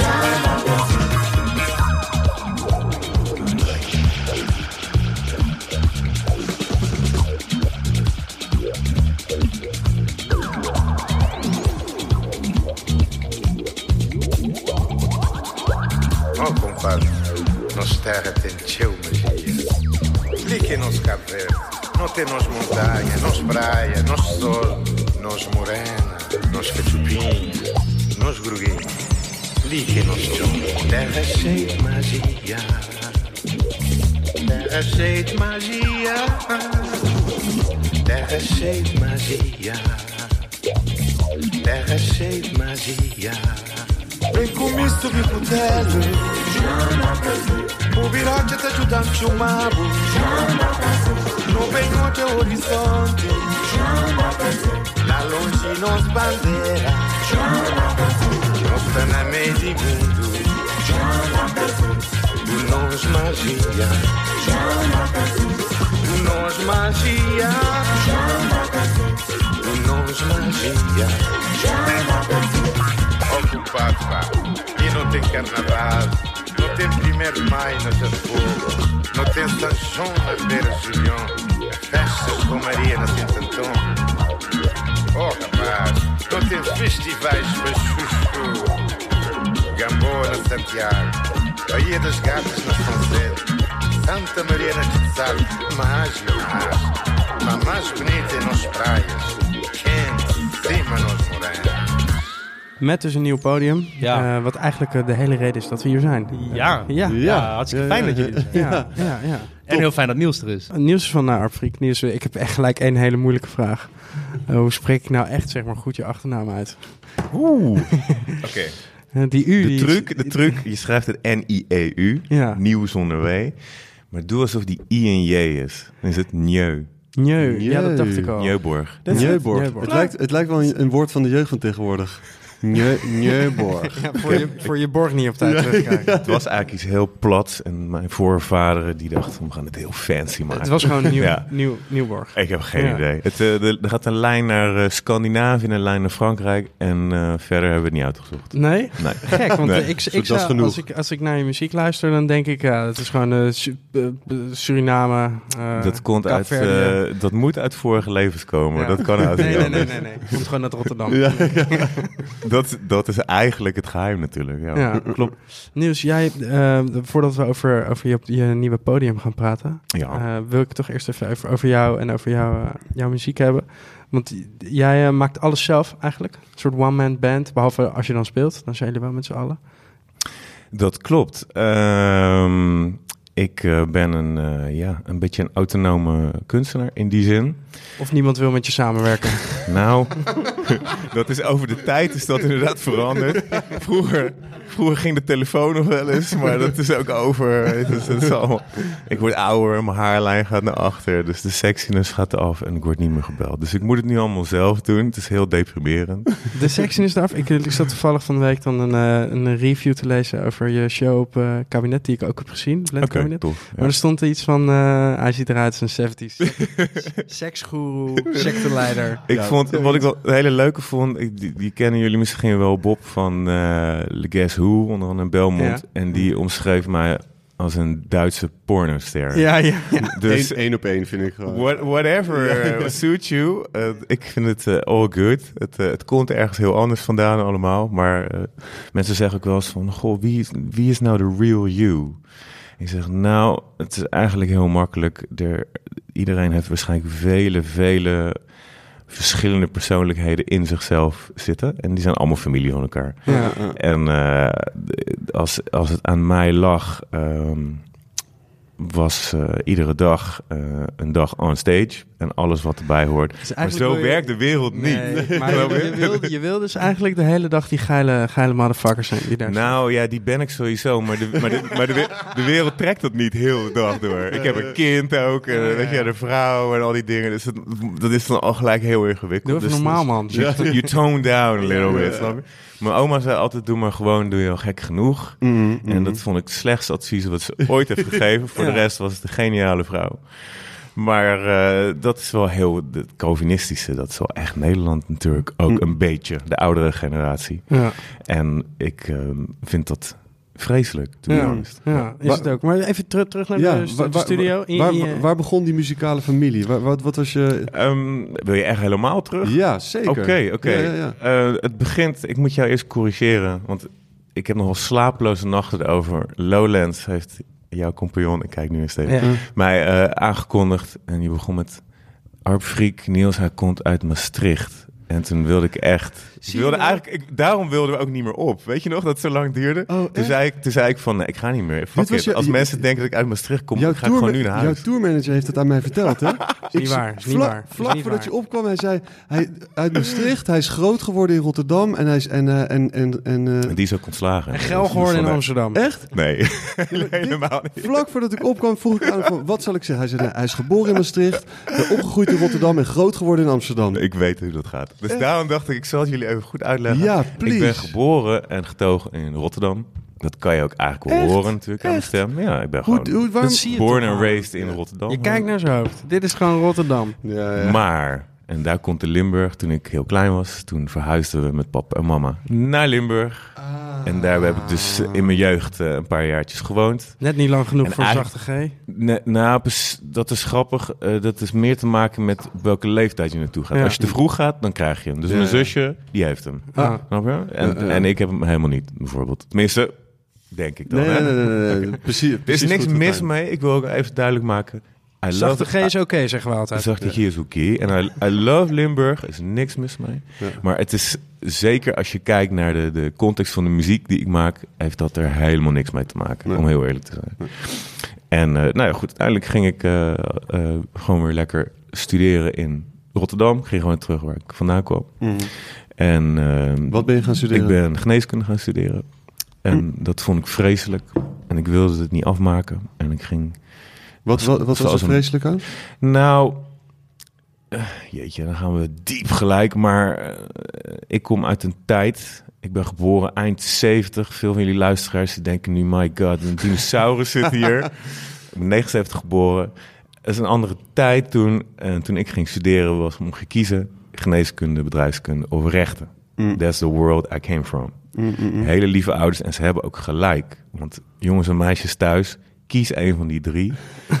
Oh, compadre, nos terra tem teu magia. Fique nos Cabo Verde, não tem nos montanhas, nos praia, nos sol, nos morena, nos cachupinhos, nos gruguinhos. lì che non sto. Terra cheia de magia. Terra cheia de magia. Terra cheia de magia. Terra cheia de magia. Vem comigo subir pro teto. O virote tá ajudando o mabo. Não vem onde é o horizonte. Lá longe nos bandeira. Nós tá na meio de mundo. Do nós magia. Do nós magia. Do nós magia. Ocupado, pá. E não tem carnaval. Não tem 1º de maio na Jafogo. Não tem São João na Beira Julião. Festas com Maria na Sintantão. Oh, rapaz. Não tem festivais para Xuxu. Gamboa na Santiago. Bahia das Gatas na São Zé. Santa Maria na Quetzal. Mágica, mas mais bonita é nas praias. Quente, cima nos moranos. Met dus een nieuw podium. Ja. Wat eigenlijk de hele reden is dat we hier zijn. Ja, hartstikke fijn dat jullie zijn. Ja. En heel fijn dat Niels er is. Niels is van Arp Freak. Niels, ik heb echt gelijk een hele moeilijke vraag. Hoe spreek ik nou echt zeg maar goed je achternaam uit? Oké. Die U. De truc, je schrijft het N-I-E-U, Ja. nieuw zonder W. Maar doe alsof die I en J is. Dan is het Njeu. Njeu. Ja, dat dacht ik al. Njeuborg. Njeuborg. Het lijkt wel een woord van de jeugd van tegenwoordig. Njeuborg. Ja, voor je borg niet op tijd terugkijken. Het was eigenlijk iets heel plats. En mijn voorvaderen die dachten, we gaan het heel fancy maken. Het was gewoon Ja. Nieuwborg. Ik heb geen idee. Er gaat een lijn naar Scandinavië en een lijn naar Frankrijk. En verder hebben we het niet uitgezocht. Nee? Nee. Gek, want Nee. ik dat is zou, genoeg. als ik naar je muziek luister, dan denk ik, ja, het is gewoon Suriname. Dat komt Kaapverdië. dat moet uit vorige levens komen. Ja. Dat kan uit. Nee. Het komt gewoon uit Rotterdam. Ja. Dat is eigenlijk het geheim natuurlijk. Ja. Ja, klopt. Niels, jij, voordat we over je nieuwe podium gaan praten, Ja. wil ik toch eerst even over jou en over jouw muziek hebben. Want jij maakt alles zelf eigenlijk. Een soort one-man band, behalve als je dan speelt. Dan zijn jullie wel met z'n allen. Dat klopt. Ik ben een beetje een autonome kunstenaar in die zin. Of niemand wil met je samenwerken. Nou, dat is over de tijd is dat inderdaad veranderd. Vroeger ging de telefoon nog wel eens, maar dat is ook over. Dus het is allemaal, ik word ouder, mijn haarlijn gaat naar achter, dus de sexiness gaat af en ik word niet meer gebeld. Dus ik moet het nu allemaal zelf doen. Het is heel deprimerend. De sexiness eraf. Ik zat toevallig van de week dan een review te lezen over je show op Kabinet, die ik ook heb gezien. Blend Oké, Kabinet. tof. Ja. Maar er stond iets van, hij ziet eruit als een 70s seksgoeroe, secteleider. Wat ik wel een hele leuke vond, die kennen jullie misschien wel, Bob van The Guess Who, onder andere Belmont. Ja. En die omschreef mij als een Duitse pornoster. Ja. Dus Eén op één vind ik gewoon. whatever suits you. Ik vind het all good. Het komt ergens heel anders vandaan allemaal. Maar mensen zeggen ook wel eens van, goh, wie is nou de real you? Ik zeg, nou, het is eigenlijk heel makkelijk. Iedereen heeft waarschijnlijk vele verschillende persoonlijkheden in zichzelf zitten. En die zijn allemaal familie van elkaar. Ja. En als het aan mij lag, was iedere dag een dag on stage. En alles wat erbij hoort. Dus maar zo werkt de wereld niet. Nee, maar je wil dus eigenlijk de hele dag die geile motherfuckers zijn die daar Nou ja, die ben ik sowieso. Maar de wereld trekt dat niet heel de dag door. Ik heb een kind ook. En weet je, de vrouw en al die dingen. Dus dat is dan al gelijk heel ingewikkeld. Doe even normaal, man. You tone down a little bit, snap je? Mijn oma zei altijd, doe maar gewoon, doe je al gek genoeg. En dat vond ik het slechtste advies wat ze ooit heeft gegeven. Voor de rest was het een geniale vrouw. Maar dat is wel heel, het Calvinistische, dat is wel echt Nederland natuurlijk ook een beetje. De oudere generatie. Ja. En ik vind dat vreselijk, to be honest. Ja, is het ook. Maar even terug naar de studio. Waar begon die muzikale familie? Wat was je... Wil je echt helemaal terug? Ja, zeker. Oké. Ja. Het begint, ik moet jou eerst corrigeren, want ik heb nog wel slapeloze nachten erover. Lowlands heeft jouw compagnon, ik kijk nu eens even, mij aangekondigd. En die begon met Arp Freak. Niels, hij komt uit Maastricht. En toen wilde ik echt... daarom wilden we ook niet meer op. Weet je nog dat het zo lang duurde? Toen zei ik van, nee, ik ga niet meer. Fuck it. Als mensen denken dat ik uit Maastricht kom, dan ga ik gewoon nu naar huis. Jouw tourmanager heeft het aan mij verteld, hè? Is niet waar. Vlak voordat je opkwam, hij zei... uit Maastricht, hij is groot geworden in Rotterdam. En hij is... En die is ook ontslagen. En geil geworden in Amsterdam. Echt? Nee, helemaal niet. Vlak voordat ik opkwam, vroeg ik aan hem van, wat zal ik zeggen? Hij zei, hij is geboren in Maastricht, opgegroeid in Rotterdam en groot geworden in Amsterdam. Ik weet hoe dat gaat. Dus daarom dacht ik zal het jullie even goed uitleggen. Ja, please. Ik ben geboren en getogen in Rotterdam. Dat kan je ook eigenlijk wel horen natuurlijk aan mijn stem. Ja, ik ben gewoon born and raised in Rotterdam. Je kijkt naar zijn hoofd. Dit is gewoon Rotterdam. Ja. Maar, en daar komt de Limburg. Toen ik heel klein was, toen verhuisden we met papa en mama naar Limburg. En daar heb ik dus in mijn jeugd een paar jaartjes gewoond. Net niet lang genoeg En voor zachte G. Dat is grappig. Dat is meer te maken met welke leeftijd je naartoe gaat. Ja. Als je te vroeg gaat, dan krijg je hem. Dus mijn zusje, die heeft hem. Snap je? En ik heb hem helemaal niet, bijvoorbeeld. Tenminste, denk ik dan. Nee. Precies. Er is niks mis mee. Ik wil ook even duidelijk maken. Zachte G is oké, zeggen we altijd. Zachte G is oké. En I love Limburg. Er is niks mis mee. Ja. Maar het is zeker als je kijkt naar de context van de muziek die ik maak, heeft dat er helemaal niks mee te maken. Nee. Om heel eerlijk te zijn. Nee. En nou ja, goed. Uiteindelijk ging ik gewoon weer lekker studeren in Rotterdam. Ik ging gewoon terug waar ik vandaan kwam. Mm. En wat ben je gaan studeren? Ik ben geneeskunde gaan studeren. En dat vond ik vreselijk. En ik wilde het niet afmaken. En ik ging... Wat was er vreselijk aan? Nou, jeetje, dan gaan we diep gelijk. Maar ik kom uit een tijd... Ik ben geboren eind 70. Veel van jullie luisteraars die denken nu... My god, een dinosaurus zit hier. Ik ben 79 geboren. Dat is een andere tijd toen. En toen ik ging studeren was mocht je kiezen... geneeskunde, bedrijfskunde of rechten. That's the world I came from. Hele lieve ouders. En ze hebben ook gelijk. Want jongens en meisjes thuis... Kies een van die 3.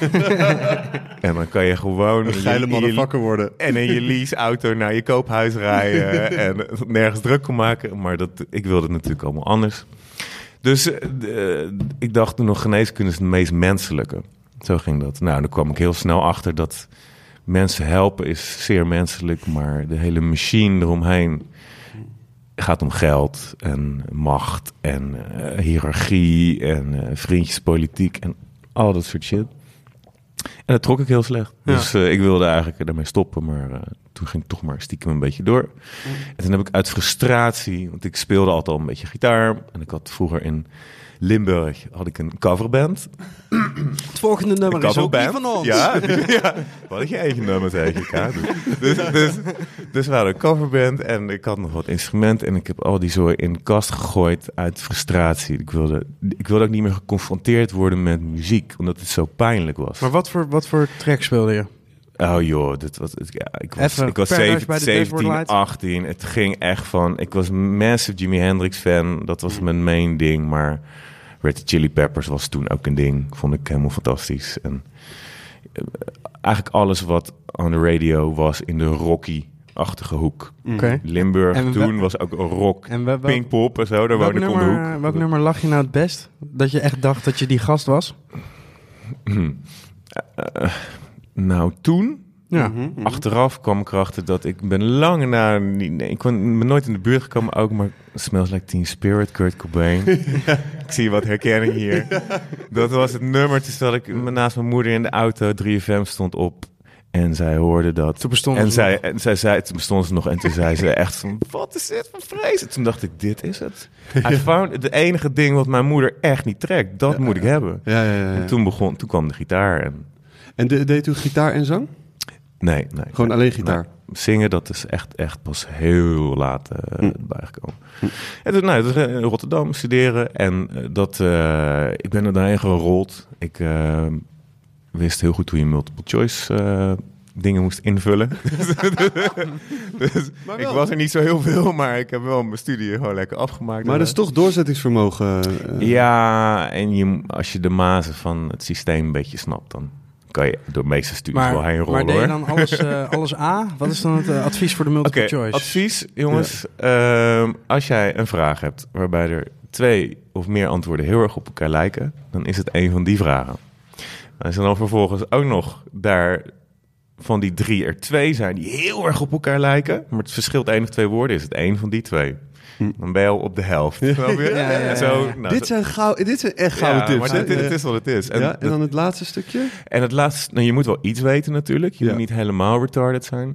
En dan kan je gewoon... Een geile motherfucker worden. En in je leaseauto naar je koophuis rijden. En nergens druk om maken. Maar ik wilde het natuurlijk allemaal anders. Dus ik dacht toen nog geneeskunde is het meest menselijke. Zo ging dat. Nou, dan kwam ik heel snel achter dat mensen helpen is zeer menselijk. Maar de hele machine eromheen... gaat om geld en macht en hiërarchie en vriendjespolitiek en al dat soort shit. En dat trok ik heel slecht. Ja. Dus ik wilde eigenlijk ermee stoppen, maar toen ging ik toch maar stiekem een beetje door. En toen heb ik uit frustratie, want ik speelde altijd al een beetje gitaar en ik had vroeger in Limburg had ik een coverband. Het volgende nummer is ook die van ons. Ja. Wat had je eigen nummer tegen elkaar? Dus we hadden een coverband en ik had nog wat instrumenten en ik heb al die zooi in de kast gegooid uit frustratie. Ik wilde ook niet meer geconfronteerd worden met muziek, omdat het zo pijnlijk was. Maar wat voor track speelde je? Oh joh, ik was 17, 18. Het ging echt van... Ik was een massive Jimi Hendrix fan. Dat was mijn main ding. Maar Red Hot Chili Peppers was toen ook een ding. Vond ik helemaal fantastisch. En eigenlijk alles wat on the radio was in de rocky-achtige hoek. Okay. Limburg en toen was ook rock, Pinkpop en zo. Daar woonde ik om de hoek. Welk nummer lag je nou het best? Dat je echt dacht dat je die gast was? Nou, toen, achteraf kwam ik erachter dat ik ben lang ik ben nooit in de buurt gekomen ook, maar Smells Like Teen Spirit, Kurt Cobain. Ik zie wat herkenning hier. Dat was het nummer, toen zat ik naast mijn moeder in de auto, 3FM stond op en zij hoorde dat. Toen bestond zij zei, toen bestond ze nog en toen zei ze echt van, wat is dit voor vrees? Toen dacht ik, dit is het. I found het enige ding wat mijn moeder echt niet trekt, dat moet ik hebben. Ja. En toen kwam de gitaar En deed u gitaar en zang? Nee. Gewoon alleen gitaar? Nee. Zingen, dat is echt pas heel laat bijgekomen. En toen dus in Rotterdam studeren. En ik ben er daarheen gerold. Ik wist heel goed hoe je multiple choice dingen moest invullen. Dus ik was er niet zo heel veel, maar ik heb wel mijn studie gewoon lekker afgemaakt. Maar dat is toch doorzettingsvermogen? Ja, en als je de mazen van het systeem een beetje snapt, dan kan je door de meeste studies wel heen rollen. Maar deed je dan alles A? Wat is dan het advies voor de multiple choice? Advies, jongens. Ja. Als jij een vraag hebt waarbij er 2 of meer antwoorden heel erg op elkaar lijken, dan is het een van die vragen. Als je dan vervolgens ook nog daar van die 3 er 2 zijn die heel erg op elkaar lijken, maar het verschilt 1 of 2 woorden, is het 1 van die 2. Dan ben je al op de helft. Snap je? Ja. Zo, Dit zijn echt gouden tips. Maar dit is wat het is. En dan het laatste stukje? En het laatste, nou, je moet wel iets weten natuurlijk. Je moet niet helemaal retarded zijn.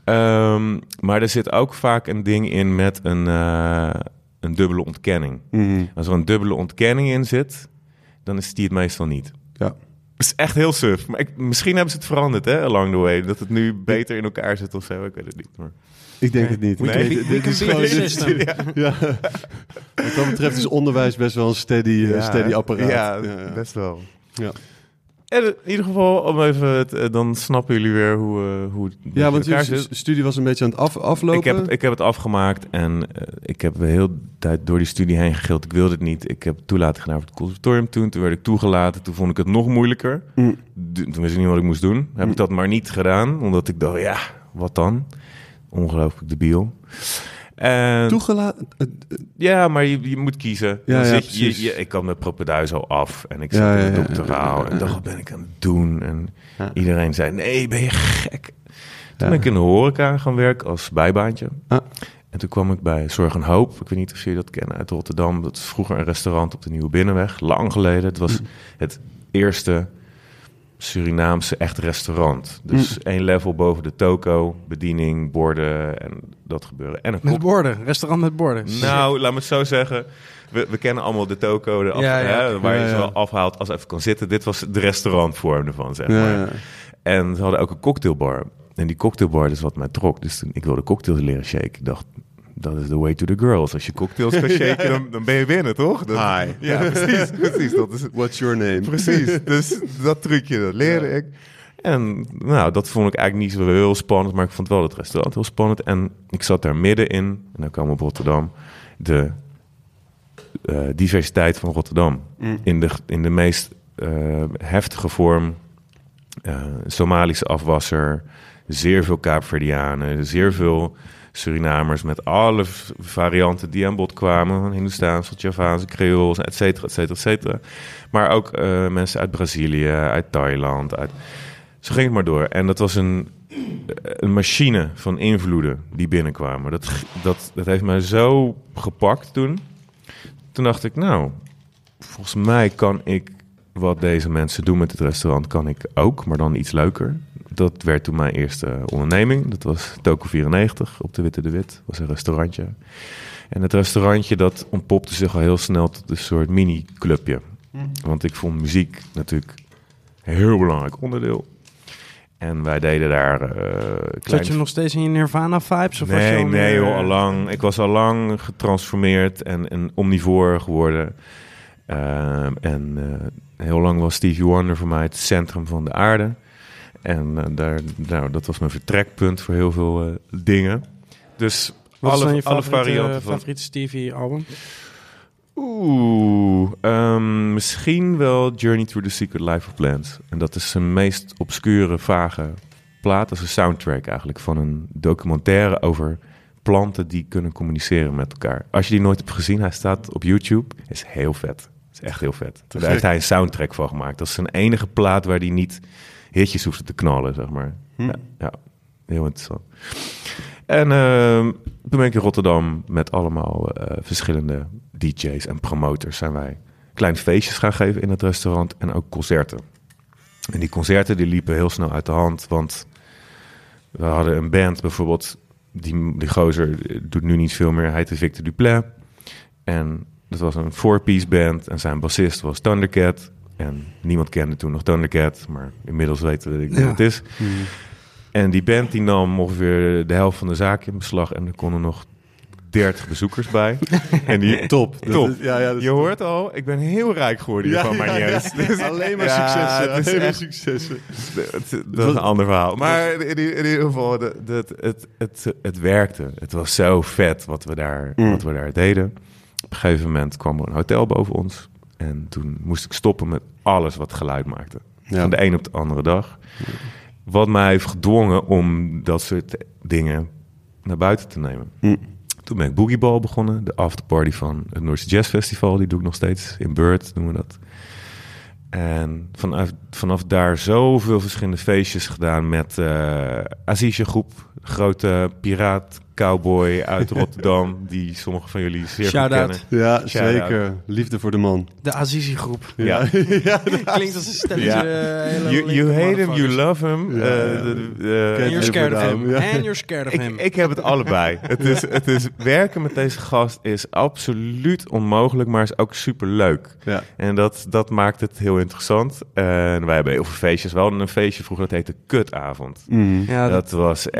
Maar er zit ook vaak een ding in met een dubbele ontkenning. Als er een dubbele ontkenning in zit, dan is die het meestal niet. Ja. Het is echt heel suf. Maar misschien hebben ze het veranderd, hè, along the way. Dat het nu beter in elkaar zit of zo. Ik weet het niet. Maar... Ik denk het niet. Nee. Dit is gewoon... Ja. Wat dat betreft is onderwijs best wel een steady apparaat. Ja, best wel. Ja. En in ieder geval, om even dan snappen jullie weer hoe het ja, want je studie was een beetje aan het aflopen. Ik heb het afgemaakt en ik heb de hele tijd door die studie heen gegild. Ik wilde het niet. Ik heb toelating gedaan voor het conservatorium toen werd ik toegelaten. Toen vond ik het nog moeilijker. Toen wist ik niet wat ik moest doen. Heb ik dat maar niet gedaan, omdat ik dacht, ja, wat dan? Ongelooflijk debiel. Toegelaten? Ja, maar je moet kiezen. Ja, ik had mijn propeduis al af en ik zat in de doctoraal. En dacht, wat ben ik aan het doen? En iedereen zei, nee, ben je gek? Toen ben ik in de horeca gaan werken als bijbaantje. En toen kwam ik bij Zorg en Hoop. Ik weet niet of jullie dat kennen uit Rotterdam. Dat is vroeger een restaurant op de Nieuwe Binnenweg. Lang geleden. Het was het eerste Surinaamse echt restaurant. Dus 1 level boven de toko, bediening, borden en dat gebeuren. En met borden, restaurant met borden. Nou, laat me het zo zeggen. We kennen allemaal de toko, waar je zo afhaalt als even kan zitten. Dit was de restaurantvorm ervan, zeg maar. Ja. En ze hadden ook een cocktailbar. En die cocktailbar is wat mij trok. Dus ik wilde cocktails leren shaken. Ik dacht, dat is the way to the girls. Als je cocktails kan shaken, dan ben je binnen, toch? Hi. Ja, precies. Dat is, what's your name? Precies. Dus dat trucje, dat leerde ik. En nou, dat vond ik eigenlijk niet zo heel spannend, maar ik vond wel het restaurant heel spannend. En ik zat daar middenin, en dan kwam op Rotterdam, de diversiteit van Rotterdam. In de meest heftige vorm. Somalische afwasser, zeer veel Kaapverdianen, zeer veel Surinamers met alle varianten die aan bod kwamen. Van Hindoestaans tot Javaanse, Creools, et cetera, et cetera, et cetera. Maar ook mensen uit Brazilië, uit Thailand. Zo ging het maar door. En dat was een machine van invloeden die binnenkwamen. Dat heeft mij zo gepakt toen. Toen dacht ik, nou, volgens mij kan ik wat deze mensen doen met het restaurant, kan ik ook, maar dan iets leuker. Dat werd toen mijn eerste onderneming. Dat was Toko 94 op de Witte de Wit. Dat was een restaurantje. En het restaurantje dat ontpopte zich al heel snel tot een soort mini-clubje. Want ik vond muziek natuurlijk een heel belangrijk onderdeel. En wij deden daar Zat je nog steeds in je Nirvana-vibes? Nee, joh, al lang. Ik was al lang getransformeerd en omnivoor geworden. Heel lang was Stevie Wonder voor mij het centrum van de aarde. En dat was mijn vertrekpunt voor heel veel dingen. Dus wat is dan je alle varianten van favoriete Stevie-album? Misschien wel Journey Through the Secret Life of Plants. En dat is zijn meest obscure, vage plaat. Dat is een soundtrack eigenlijk van een documentaire over planten die kunnen communiceren met elkaar. Als je die nooit hebt gezien, hij staat op YouTube. Is heel vet. Is echt heel vet. Daar heeft hij een soundtrack van gemaakt. Dat is zijn enige plaat waar hij niet hitjes hoeft te knallen, zeg maar. Ja, heel interessant. En toen ben ik in Rotterdam met allemaal verschillende DJ's en promoters zijn wij kleine feestjes gaan geven in het restaurant en ook concerten. En die concerten die liepen heel snel uit de hand, want we hadden een band bijvoorbeeld, die gozer doet nu niet veel meer, hij heette Victor Duplay. En dat was een 4-piece band en zijn bassist was Thundercat. En niemand kende toen nog Thundercat, maar inmiddels weten we wat het is. En die band die nam ongeveer de helft van de zaak in beslag en er konden nog 30 bezoekers bij. En die top. Je hoort al, ik ben heel rijk geworden hiervan, maar niet eens. Dus, alleen maar successen. Alleen maar successen. Dat is een ander verhaal. Maar in ieder geval, het werkte. Het was zo vet wat we daar deden. Op een gegeven moment kwam er een hotel boven ons. En toen moest ik stoppen met alles wat geluid maakte. Ja. Van de een op de andere dag. Wat mij heeft gedwongen om dat soort dingen naar buiten te nemen. Toen ben ik Boogieball begonnen. De afterparty van het Noordse Jazz Festival. Die doe ik nog steeds. In Bird doen we dat. En vanaf daar zoveel verschillende feestjes gedaan met Azizje Groep, grote piraat, cowboy uit Rotterdam, die sommigen van jullie zeer goed Shout-out. kennen. Ja, zeker. Liefde voor de man. De Azizi-groep. Ja. Klinkt als een stelletje. hele You linker hate him, you motherfuckers. love him. And you're scared of him. Ja. And you're scared of him. Ik heb het allebei. Het is werken met deze gast is absoluut onmogelijk, maar is ook super leuk. Ja. En dat maakt het heel interessant. En wij hebben heel veel feestjes. We hadden een feestje vroeger dat heette Kutavond. Ja, Dat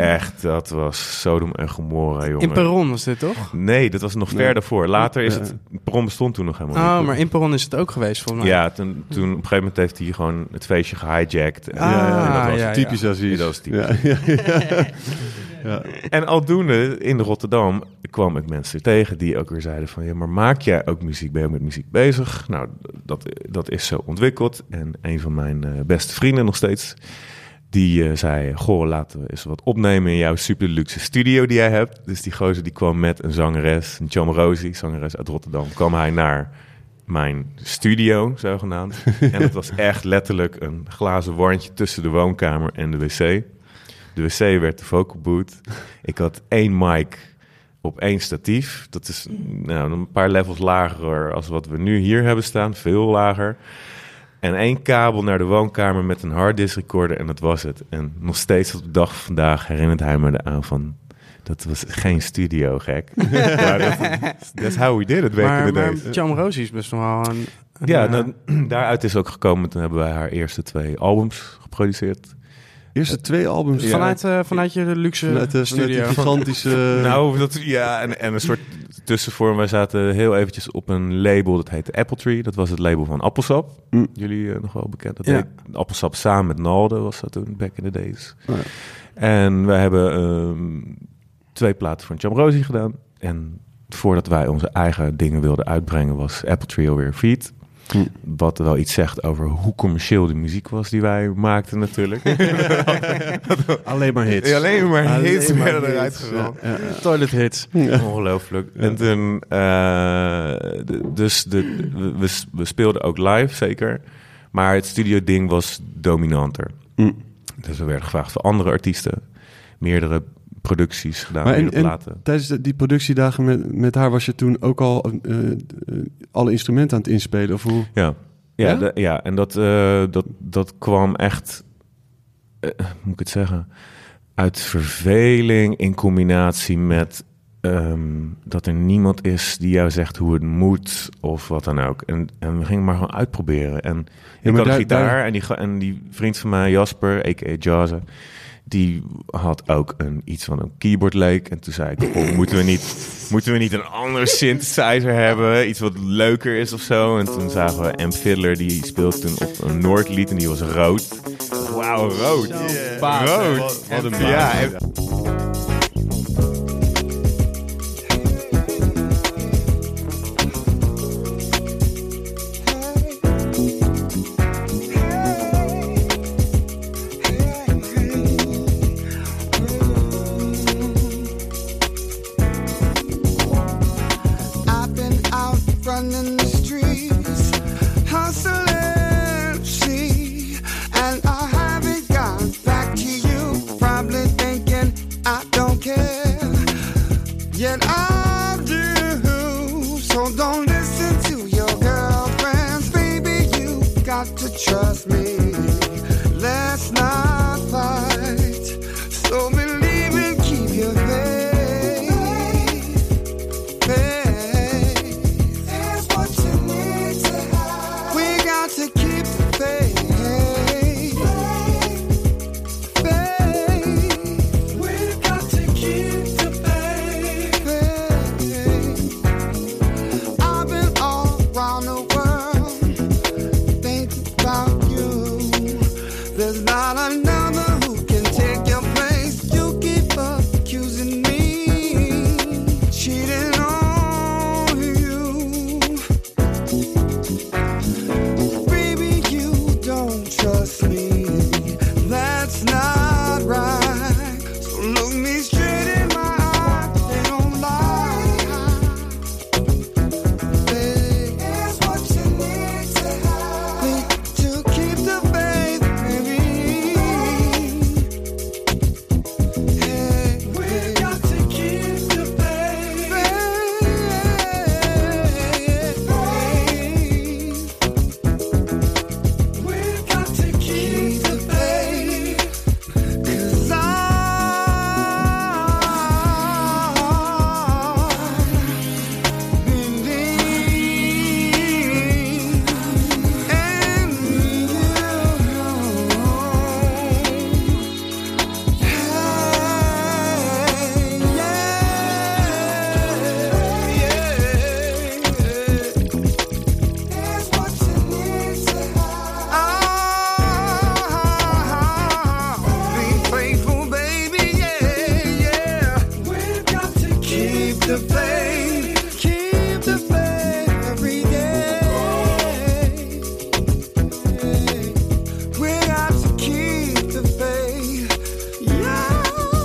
was Sodom en Gomorra, jongen. in Perron was dit, toch? Nee, dat was nog ver daarvoor. Later is het... Perron bestond toen nog helemaal Oh, niet. maar in Perron is het ook geweest, volgens mij. Ja, toen op een gegeven moment heeft hij gewoon het feestje gehijacked. En, Ah, dat was ja. Typisch Aziz. Dat was typisch. Ja. En aldoende in Rotterdam kwam ik mensen tegen die ook weer zeiden van... ja, maar maak jij ook muziek? Ben je ook met muziek bezig? Nou, dat is zo ontwikkeld. En een van mijn beste vrienden nog steeds... die zei, goh, laten we eens wat opnemen in jouw super luxe studio die jij hebt. Dus die gozer die kwam met een zangeres, een Chamrozi, zangeres uit Rotterdam. Kwam hij naar mijn studio, zogenaamd. En het was echt letterlijk een glazen wandje tussen de woonkamer en de wc. De wc werd de vocal booth. Ik had 1 mic op 1 statief. Dat is een paar levels lager als wat we nu hier hebben staan. Veel lager. En 1 kabel naar de woonkamer met een harddisk recorder en dat was het. En nog steeds op de dag van vandaag herinnert hij me eraan van... dat was geen studio, gek. That's how we did it back in the days. Maar Chamrozi is best wel een Ja, daaruit is ook gekomen. Toen hebben wij haar eerste 2 albums geproduceerd. Eerste 2 albums. vanuit je luxe Vanuit die studio. gigantische... En een soort tussenvorm. Wij zaten heel eventjes op een label, dat heette Apple Tree. Dat was het label van Appelsap. Jullie nog wel bekend. Dat heet Appelsap samen met Nalde, was dat toen, back in the days. Oh ja. En wij hebben 2 platen voor Chamrozi gedaan. En voordat wij onze eigen dingen wilden uitbrengen, was Apple Tree alweer failliet. Wat wel iets zegt over hoe commercieel de muziek was die wij maakten natuurlijk. Alleen maar hits. Alleen maar hits maar werden hits. eruit gehaald. Ja. Toilet hits. Ongelooflijk. En toen, we speelden ook live, zeker. Maar het studio ding was dominanter. Dus we werden gevraagd voor andere artiesten. Meerdere producties gedaan. Maar meerdere platen. Tijdens die productiedagen met haar was je toen ook al alle instrumenten aan het inspelen? Of hoe? Ja, en dat kwam echt, moet ik het zeggen, uit verveling in combinatie met dat er niemand is die jou zegt hoe het moet of wat dan ook. En we gingen maar gewoon uitproberen. En ik had een gitaar en die vriend van mij, Jasper, a.k.a. Jazza, die had ook iets van een keyboard leek. En toen zei ik, moeten we niet een andere synthesizer hebben? Iets wat leuker is of zo. En toen zagen we M. Fiddler, die speelde toen op een Noordlied en die was rood. Wauw, rood. Rood. Wat een baas. Ja, running the streets, hustling, see, and I haven't got back to you. Probably thinking I don't care, yet I do. So don't listen to your girlfriends, baby. You got to trust me. Let's not fight. So believe and keep your faith. You the faith every day. We got to keep the faith. Yeah.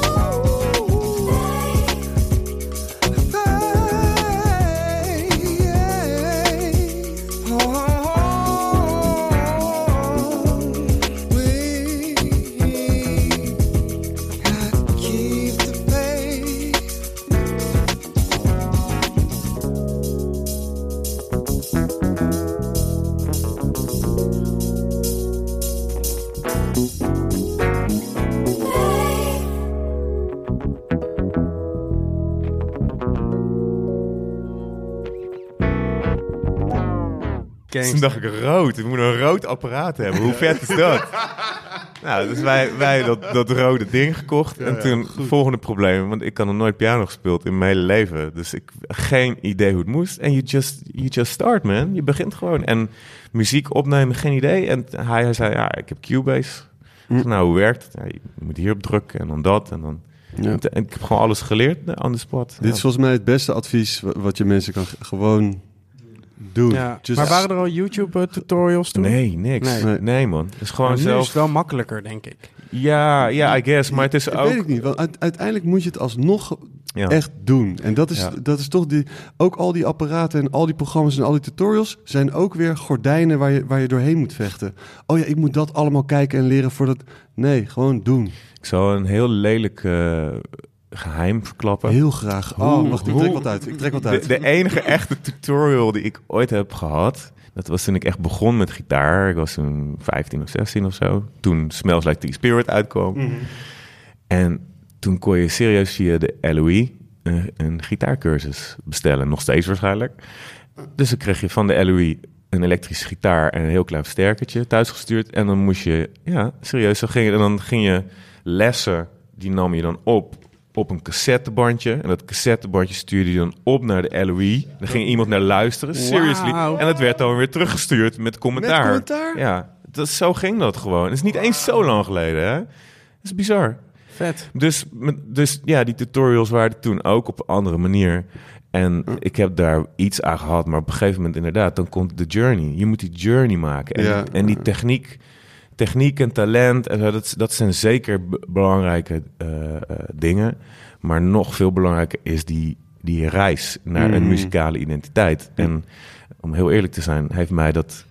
Toen dacht ik, rood. Ik moet een rood apparaat hebben. Hoe vet is dat? Nou, dus wij dat rode ding gekocht. En toen volgende probleem. Want ik had nog nooit piano gespeeld in mijn hele leven. Dus ik geen idee hoe het moest. En you just start, man. Je begint gewoon. En muziek opnemen, geen idee. En hij zei, ja, ik heb Cubase. Nou, hoe werkt het? Ja, je moet hierop drukken en dan dat. En dan... Ja. En ik heb gewoon alles geleerd on the spot. Dit is volgens mij het beste advies wat je mensen kan gewoon... doen. Ja. Maar waren er al YouTube-tutorials toen? Nee, niks. Nee, man. Het is gewoon maar nu zelf... is het wel makkelijker, denk ik. Ja, I guess. Maar het is ook... Weet ik niet. Want uiteindelijk moet je het alsnog echt doen. En dat is toch die... Ook al die apparaten en al die programma's en al die tutorials... zijn ook weer gordijnen waar je doorheen moet vechten. Oh ja, ik moet dat allemaal kijken en leren voordat... Nee, gewoon doen. Ik zal een heel lelijk... geheim verklappen. Heel graag. Oh, wacht, ik trek wat uit. De enige echte tutorial die ik ooit heb gehad... dat was toen ik echt begon met gitaar. Ik was toen 15 of 16 of zo. Toen Smells Like Teen Spirit uitkwam. Mm-hmm. En toen kon je serieus via de LOE een gitaarcursus bestellen. Nog steeds waarschijnlijk. Dus dan kreeg je van de LOE een elektrische gitaar... en een heel klein versterkertje thuisgestuurd. En dan moest je... Ja, serieus. Dan ging je lessen... die nam je dan op een cassettebandje. En dat cassettebandje stuurde je dan op naar de LOE. Dan ging iemand naar luisteren. Seriously. Wow. En dat werd dan weer teruggestuurd met commentaar. Met commentaar? Ja, zo ging dat gewoon. Het is niet eens zo lang geleden, hè? Het is bizar. Vet. Dus ja, die tutorials waren toen ook op een andere manier. En ik heb daar iets aan gehad. Maar op een gegeven moment inderdaad, dan komt de journey. Je moet die journey maken. En die techniek en talent, en dat zijn zeker belangrijke dingen. Maar nog veel belangrijker is die reis naar een muzikale identiteit. En om heel eerlijk te zijn, heeft mij dat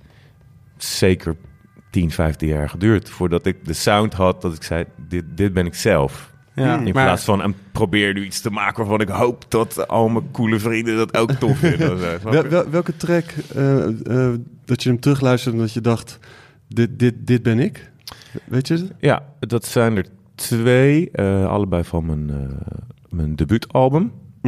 zeker 10, 15 jaar geduurd. Voordat ik de sound had dat ik zei, dit ben ik zelf. Ja, in plaats van probeer nu iets te maken waarvan ik hoop dat al mijn coole vrienden dat ook tof vinden. Welke track dat je hem terugluisterde en dat je dacht... Dit ben ik? Weet je het? Ja, dat zijn er 2. Allebei van mijn debuutalbum.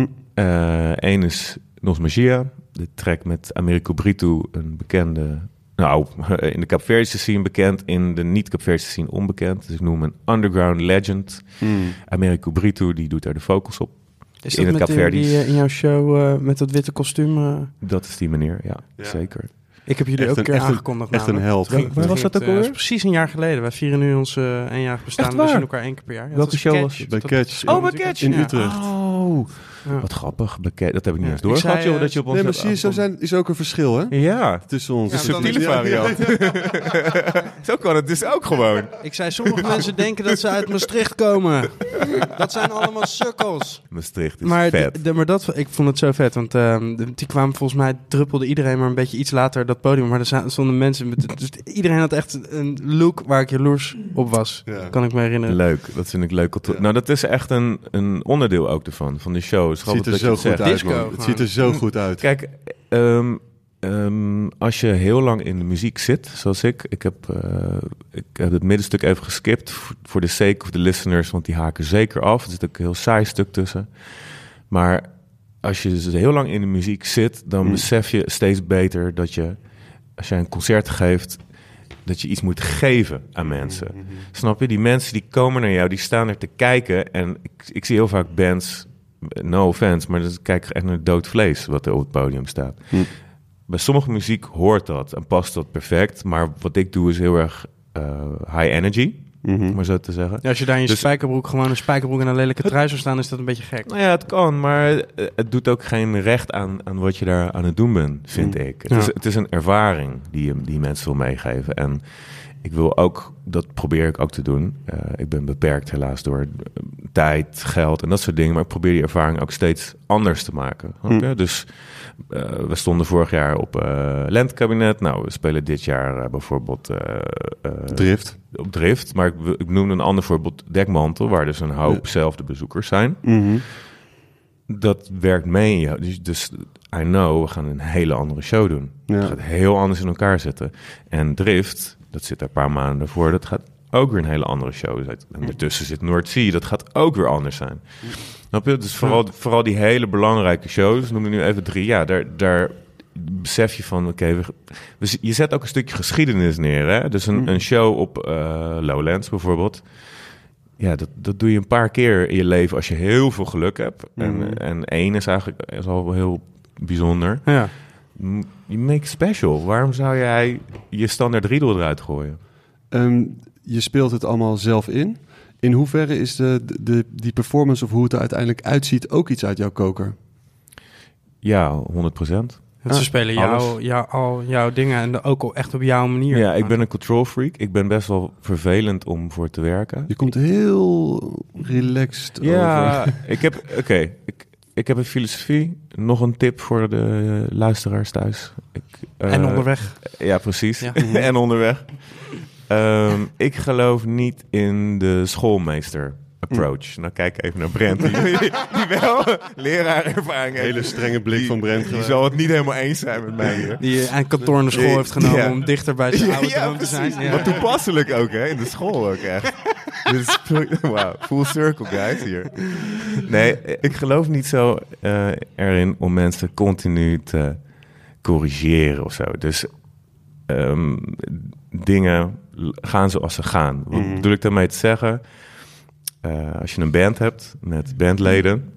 Eén is Nos Magia. De track met Americo Brito, een bekende... Nou, in de Kaapverdische scene bekend. In de niet-Kaapverdische scene onbekend. Dus ik noem hem een underground legend. Americo Brito, die doet daar de vocals op. Is dat met die in jouw show met dat witte kostuum? Dat is die meneer, ja. Zeker. Ik heb jullie ook een keer aangekondigd. Echt een held. Waar was dat ook alweer? Precies een jaar geleden. Wij vieren nu ons eenjarig bestaan. We zien elkaar 1 keer per jaar. Welke show was? Bij Catch. Bij Catch. In Utrecht. Oh, wat grappig. Dat heb ik niet eens doorgehad, joh. Dat je op ons... Nee, maar zie je, zo is ook een verschil, hè? Ja. Tussen ons. De subtiele variant. Zo kan het dus ook gewoon. Ik zei, sommige mensen denken dat ze uit Maastricht komen. Dat zijn allemaal sukkels. Maastricht is vet. Maar ik vond het zo vet, want die kwamen volgens mij, druppelde iedereen maar een beetje iets later dat podium. Maar er stonden mensen, dus iedereen had echt een look waar ik jaloers op was. Ja. Kan ik me herinneren. Leuk, dat vind ik leuk. Ja. Nou, dat is echt een onderdeel ook ervan, van de show. Het ziet er zo goed uit, man. Het ziet er zo goed uit. Kijk, als je heel lang in de muziek zit, zoals ik heb het middenstuk even geskipt voor de sake of the listeners, want die haken zeker af. Er zit ook een heel saai stuk tussen. Maar als je dus heel lang in de muziek zit, dan besef je steeds beter dat je, als je een concert geeft, dat je iets moet geven aan mensen. Snap je? Die mensen die komen naar jou, die staan er te kijken. En ik zie heel vaak bands, no offense, maar dan kijk ik echt naar dood vlees wat er op het podium staat. Bij sommige muziek hoort dat en past dat perfect. Maar wat ik doe is heel erg high energy. om maar zo te zeggen. Ja, als je daar in je Dus- spijkerbroek gewoon een spijkerbroek en een lelijke trui zou staan, is dat een beetje gek. Nou ja, het kan, maar het doet ook geen recht aan wat je daar aan het doen bent, vind ik. Het is een ervaring die mensen wil meegeven. En ik wil ook, dat probeer ik ook te doen. Ik ben beperkt helaas door tijd, geld en dat soort dingen. Maar ik probeer die ervaring ook steeds anders te maken. Snap je? Dus we stonden vorig jaar op Lentekabinet. Nou, we spelen dit jaar bijvoorbeeld Drift. op Drift. Maar ik noemde een ander voorbeeld Dekmantel, waar dus een hoop zelfde bezoekers zijn. Mhm. Dat werkt mee. Ja. Dus I know, we gaan een hele andere show doen. Ja. Het gaat heel anders in elkaar zitten. En Drift, dat zit er een paar maanden voor, dat gaat ook weer een hele andere show zijn. En ertussen zit Noordzee, dat gaat ook weer anders zijn. Snap je? Dus vooral die hele belangrijke shows, noem ik nu even 3, ja, daar besef je van, oké, je zet ook een stukje geschiedenis neer. Hè? Dus een show op Lowlands bijvoorbeeld. Ja, dat doe je een paar keer in je leven als je heel veel geluk hebt. En 1 is eigenlijk al heel bijzonder. Ja. You make it special. Waarom zou jij je standaard riedel eruit gooien? Je speelt het allemaal zelf in. In hoeverre is die performance of hoe het er uiteindelijk uitziet ook iets uit jouw koker? Ja, 100%. Want ze spelen jouw dingen en ook al echt op jouw manier. Ja, ik ben een control freak. Ik ben best wel vervelend om voor te werken. Je komt heel relaxed Ja, over. ik heb een filosofie. Nog een tip voor de luisteraars thuis. En onderweg. Ja, precies. Ja. En onderweg. Ik geloof niet in de schoolmeester approach. Nou, kijk even naar Brent. Die wel leraarervaring heeft. Hele strenge blik van Brent. Die zal het niet helemaal eens zijn met mij hier. Die aan kantoor naar school heeft genomen Ja. om dichter bij zijn oude droom te precies. zijn. Ja. Wat toepasselijk ook, hè? In de school ook echt. Dit is wow, full circle, guys, hier. Nee, ik geloof niet zo erin om mensen continu te corrigeren of zo. Dus dingen gaan zoals ze gaan. Wat bedoel ik daarmee te zeggen? Als je een band hebt met bandleden,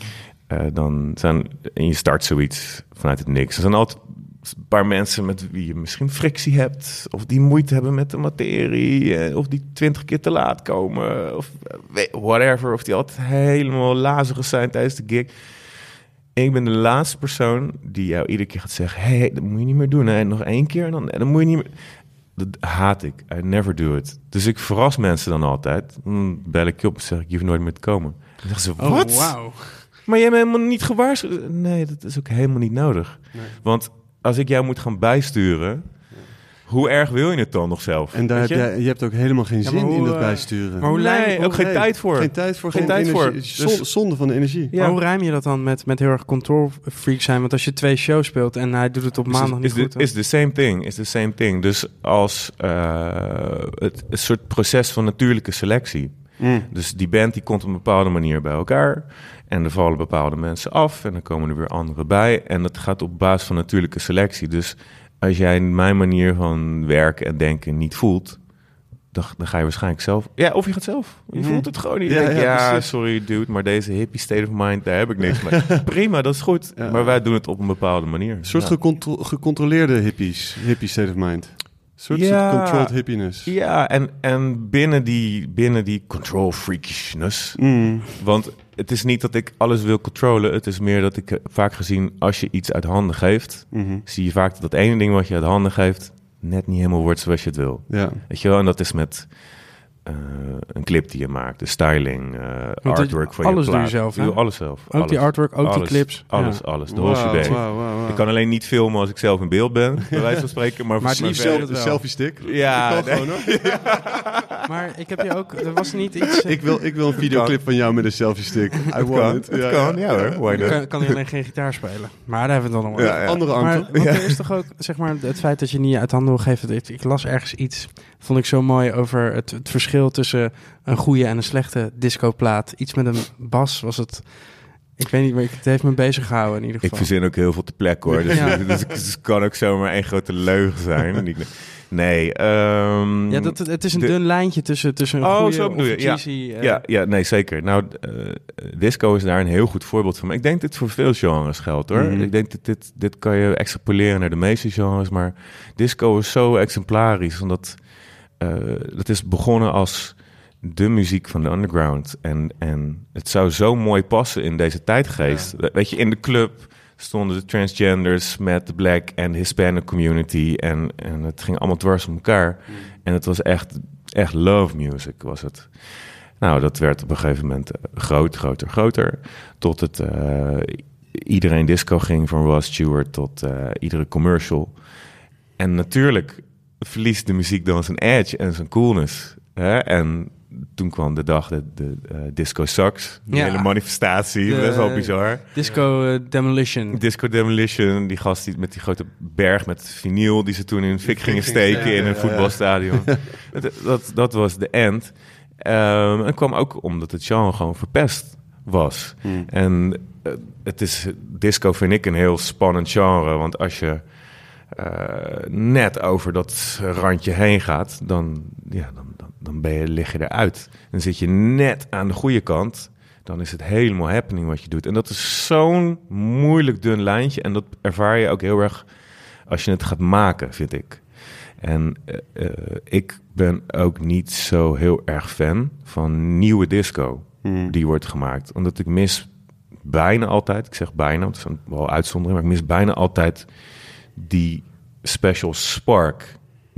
en je start zoiets vanuit het niks. Er zijn altijd een paar mensen met wie je misschien frictie hebt, of die moeite hebben met de materie, of die 20 keer te laat komen, of whatever, of die altijd helemaal lazig zijn tijdens de gig. Ik ben de laatste persoon die jou iedere keer gaat zeggen, hey, dat moet je niet meer doen. Hè? Nog 1 keer en dan moet je niet meer. Dat haat ik. I never do it. Dus ik verras mensen dan altijd. Dan bel ik je op en zeg ik, je hoeft nooit meer te komen. Dan zeggen ze, wat? Oh, wauw. Maar jij bent helemaal niet gewaarschuwd. Nee, dat is ook helemaal niet nodig. Nee. Want als ik jou moet gaan bijsturen, hoe erg wil je het dan nog zelf? En daar je hebt ook helemaal geen zin in dat bijsturen. Maar hoe ook geen tijd voor. Geen tijd voor, geen tijd energie. voor. Dus, zonde van de energie. Ja. Maar hoe rijm je dat dan met heel erg control freak zijn? Want als je 2 shows speelt en hij doet het op maandag niet goed. Is the same thing. Dus als het een soort proces van natuurlijke selectie. Dus die band die komt op een bepaalde manier bij elkaar. En er vallen bepaalde mensen af. En dan komen er weer anderen bij. En dat gaat op basis van natuurlijke selectie. Dus als jij mijn manier van werken en denken niet voelt, dan ga je waarschijnlijk zelf. Ja, of je gaat zelf. Je voelt het gewoon niet. Ja, sorry dude, maar deze hippie state of mind, daar heb ik niks mee. Prima, dat is goed. Ja. Maar wij doen het op een bepaalde manier. Een soort gecontroleerde hippie state of mind. Een soort controlled hippiness. Ja, en binnen die control freakishness. Want het is niet dat ik alles wil controlen. Het is meer dat ik vaak gezien, als je iets uit handen geeft, zie je vaak dat ene ding wat je uit handen geeft net niet helemaal wordt zoals je het wil. Ja. Weet je wel? En dat is met een clip die je maakt, de styling, artwork voor je plaat. Alles doe je zelf, hè? Alles zelf. Ook alles. Die artwork, ook alles, die clips. Alles. De whole shebang. Wow. Ik kan alleen niet filmen als ik zelf in beeld ben, bij wijze van spreken. Maar het liefst wel. De selfie stick. Ja, dat kan gewoon, hoor. Maar ik heb je ook, er was niet iets. Ik wil een videoclip van jou met een selfie stick. Het kan, ja hoor. Kan hij alleen geen gitaar spelen. Maar daar hebben we het dan nog wel. Ja. Andere arm, maar, toch? Want er is toch ook, zeg maar, het feit dat je niet uit handen wil geven. Ik las ergens iets, vond ik zo mooi, over het verschil tussen een goede en een slechte discoplaat. Iets met een bas was het. Ik weet niet, maar het heeft me bezig gehouden in ieder geval. Ik verzin ook heel veel te plek hoor. Dus, dus het kan ook zomaar één grote leugen zijn. Nee. Het is een dun lijntje tussen een goede of een cheesy... Ja, nee, zeker. Nou, disco is daar een heel goed voorbeeld van. Maar ik denk dat dit voor veel genres geldt, hoor. Ik denk dat dit kan je extrapoleren naar de meeste genres. Maar disco is zo exemplarisch, omdat het is begonnen als de muziek van de underground. En het zou zo mooi passen in deze tijdgeest. Ja. Weet je, in de club stonden de transgenders met de black en de Hispanic community. En het ging allemaal dwars om elkaar. En het was echt love music was het. Nou, dat werd op een gegeven moment groter. Tot het iedereen disco ging, van Rod Stewart tot iedere commercial. En natuurlijk verliest de muziek dan zijn edge en zijn coolness. Hè? En toen kwam de dag de Disco Sucks. Die hele manifestatie, dat is wel bizar. Disco Demolition. Die gast die met die grote berg met vinyl die ze toen in een fik gingen steken in een voetbalstadion. Dat was de end. En kwam ook omdat het genre gewoon verpest was. En disco vind ik een heel spannend genre, want als je net over dat randje heen gaat, dan lig je eruit. Dan zit je net aan de goede kant, dan is het helemaal happening wat je doet. En dat is zo'n moeilijk dun lijntje en dat ervaar je ook heel erg als je het gaat maken, vind ik. En ik ben ook niet zo heel erg fan van nieuwe disco die wordt gemaakt. Omdat ik mis bijna altijd, ik zeg bijna, want het is wel uitzondering, maar ik mis bijna altijd die special spark,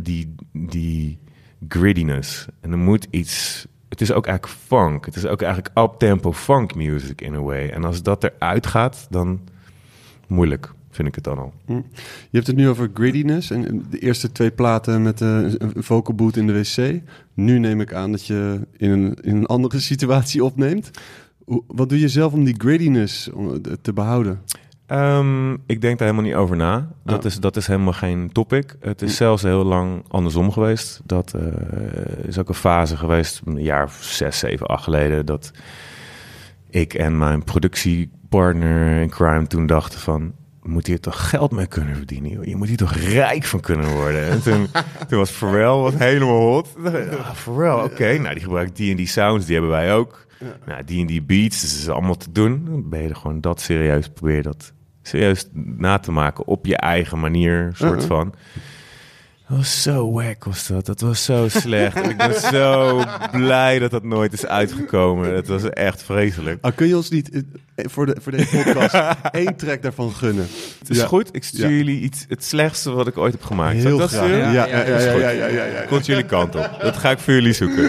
die grittiness. En er moet iets... Het is ook eigenlijk funk. Het is ook eigenlijk up-tempo funk music in a way. En als dat eruit gaat, dan moeilijk, vind ik het dan al. Je hebt het nu over grittiness en de eerste 2 platen met een vocal booth in de wc. Nu neem ik aan dat je in een andere situatie opneemt. Wat doe je zelf om die grittiness te behouden? Ik denk daar helemaal niet over na. Dat is helemaal geen topic. Het is zelfs heel lang andersom geweest. Dat is ook een fase geweest, een jaar 6, 7, 8 geleden, dat ik en mijn productiepartner in crime toen dachten van, we moeten hier toch geld mee kunnen verdienen, joh. Je moet hier toch rijk van kunnen worden. En toen was Pharrell helemaal hot. Pharrell, oké. Nou, die gebruikt die sounds, die hebben wij ook. Nou, die beats, dus is allemaal te doen. Dan ben je er gewoon probeer je dat serieus na te maken op je eigen manier, soort van. Dat was zo wack, was dat. Dat was zo slecht. En ik ben zo blij dat dat nooit is uitgekomen. Het was echt vreselijk. Kun je ons niet voor deze podcast 1 track daarvan gunnen? Het is goed. Ik stuur jullie het slechtste wat ik ooit heb gemaakt. Heel graag. Ja. Komt jullie kant op. Dat ga ik voor jullie zoeken.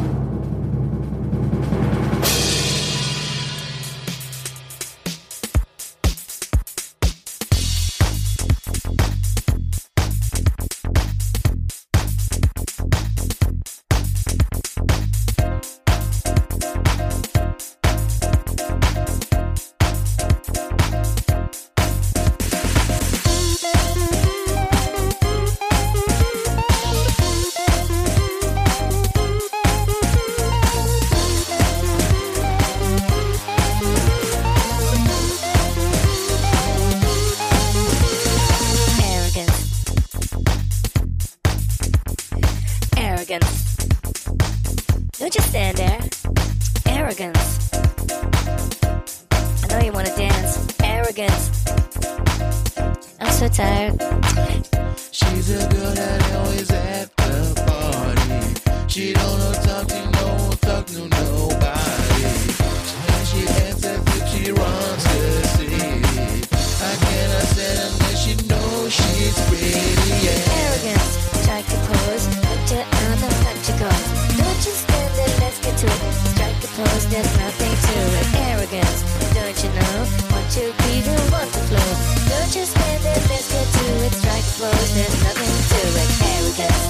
Don't just stand there. Arrogance. I know you wanna dance. Arrogance. I'm so tired. She's a girl that always at the party. She don't know talk to nobody. She acts as if she runs the city. I cannot stand unless she knows she's pretty. Yeah. Arrogance. Strike a pose. Put your arm and let you go. Don't you stand there, let's get to it. Strike a pose, there's nothing to it. Arrogance. Don't you know? Want to be the one to flow. Don't you stand there, let's get to it. Strike a pose, there's nothing to it. Arrogance.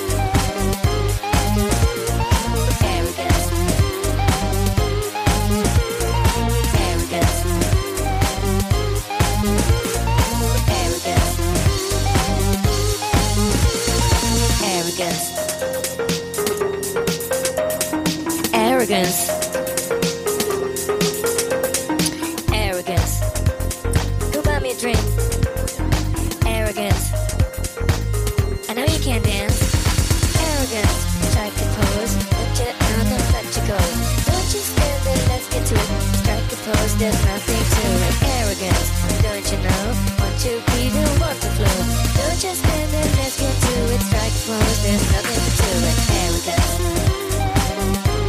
Arrogance. Arrogance. Arrogance. Arrogance. Arrogance. Go buy me a drink. Arrogance. I know you can't dance. Arrogance. Strike a pose. Put your arm and let you go. Don't you stand there, let's get to it. Strike a pose, there's nothing to it. Arrogance. Don't you know? Want to be the one to flow. Don't just stand there, let's get to it. Strike a pose, there's nothing to it. Arrogance.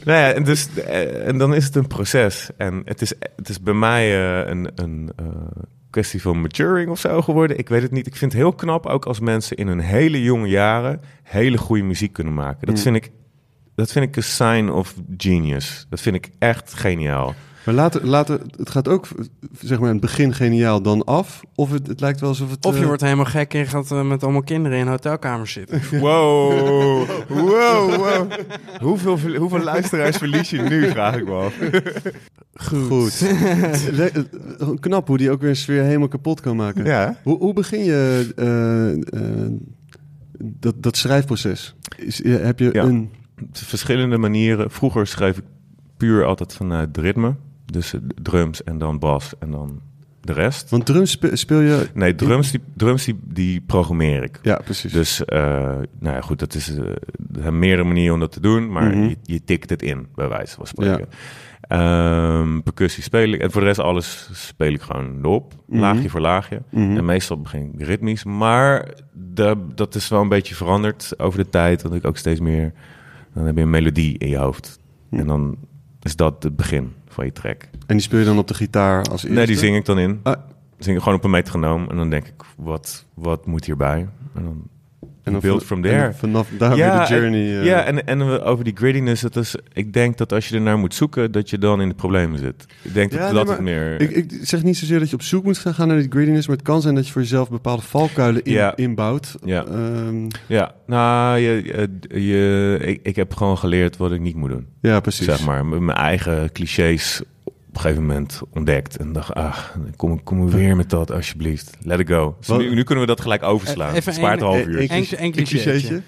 Nou ja, en dan is het een proces. En het is bij mij een kwestie van maturing of zo geworden. Ik weet het niet. Ik vind het heel knap, ook als mensen in hun hele jonge jaren hele goede muziek kunnen maken. Dat vind ik een sign of genius. Dat vind ik echt geniaal. Maar later, het gaat ook, zeg maar, in het begin geniaal dan af. Of het lijkt wel alsof het... Of je wordt helemaal gek en je gaat met allemaal kinderen in hotelkamers zitten. Wow. Hoeveel luisteraars verlies je nu, vraag ik me af. Goed. Knap hoe die ook weer een sfeer helemaal kapot kan maken. Ja. Hoe begin je dat schrijfproces? Heb je een... Verschillende manieren. Vroeger schreef ik puur altijd vanuit het ritme. Dus drums en dan bas en dan de rest. Want drums speel je... Nee, drums die programmeer ik. Ja, precies. Dus, nou ja, goed, dat is meerdere manieren om dat te doen. Maar je tikt het in, bij wijze van spreken. Ja. Percussie speel ik. En voor de rest alles speel ik gewoon erop. Laagje voor laagje. En meestal begin ik ritmisch. Maar dat is wel een beetje veranderd over de tijd. Want ik ook steeds meer... Dan heb je een melodie in je hoofd. En dan is dat het begin van je track. En die speel je dan op de gitaar als eerste? Nee, die zing ik dan in. Zing ik gewoon op een metronoom. En dan denk ik, wat moet hierbij? En dan build from there. En vanaf daar weer de journey. Ja, en over die grittiness. Ik denk dat als je ernaar moet zoeken, dat je dan in de problemen zit. Ik denk dat het meer... Ik zeg niet zozeer dat je op zoek moet gaan naar die grittiness, maar het kan zijn dat je voor jezelf bepaalde valkuilen inbouwt. Ja, nou, ik heb gewoon geleerd wat ik niet moet doen. Ja, precies. Zeg maar, mijn eigen clichés op een gegeven moment ontdekt. En dacht, kom weer met dat, alsjeblieft. Let it go. Dus nu kunnen we dat gelijk overslaan. Even spaart een half uur. Een clichétje.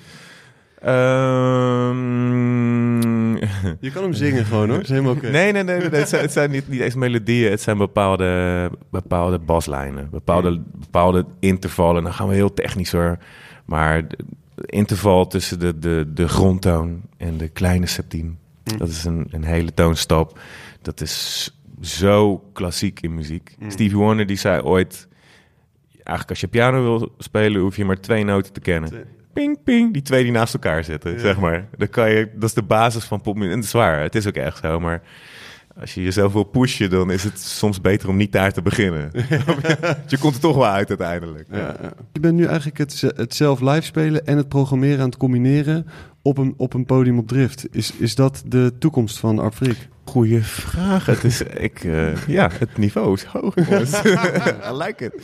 Je kan hem zingen gewoon, hoor. Dat is helemaal oké. Nee. Het zijn niet eens melodieën. Het zijn bepaalde baslijnen. Bepaalde intervallen. Dan gaan we heel technisch hoor. Maar de interval tussen de grondtoon en de kleine septiem. Dat is een hele toonstap. Dat is zo klassiek in muziek. Stevie Wonder die zei ooit... Eigenlijk als je piano wil spelen, hoef je maar 2 noten te kennen. Ping, ping. Die 2 die naast elkaar zitten, zeg maar. Dat is de basis van popmuziek. En het is waar, het is ook echt zo. Maar als je jezelf wil pushen, dan is het soms beter om niet daar te beginnen. Je komt er toch wel uit uiteindelijk. Ja. Je bent nu eigenlijk het zelf live spelen en het programmeren aan het combineren op een podium op Drift. Is dat de toekomst van Arp Freak? Goeie vraag. Het is, het niveau is hoog. I like it.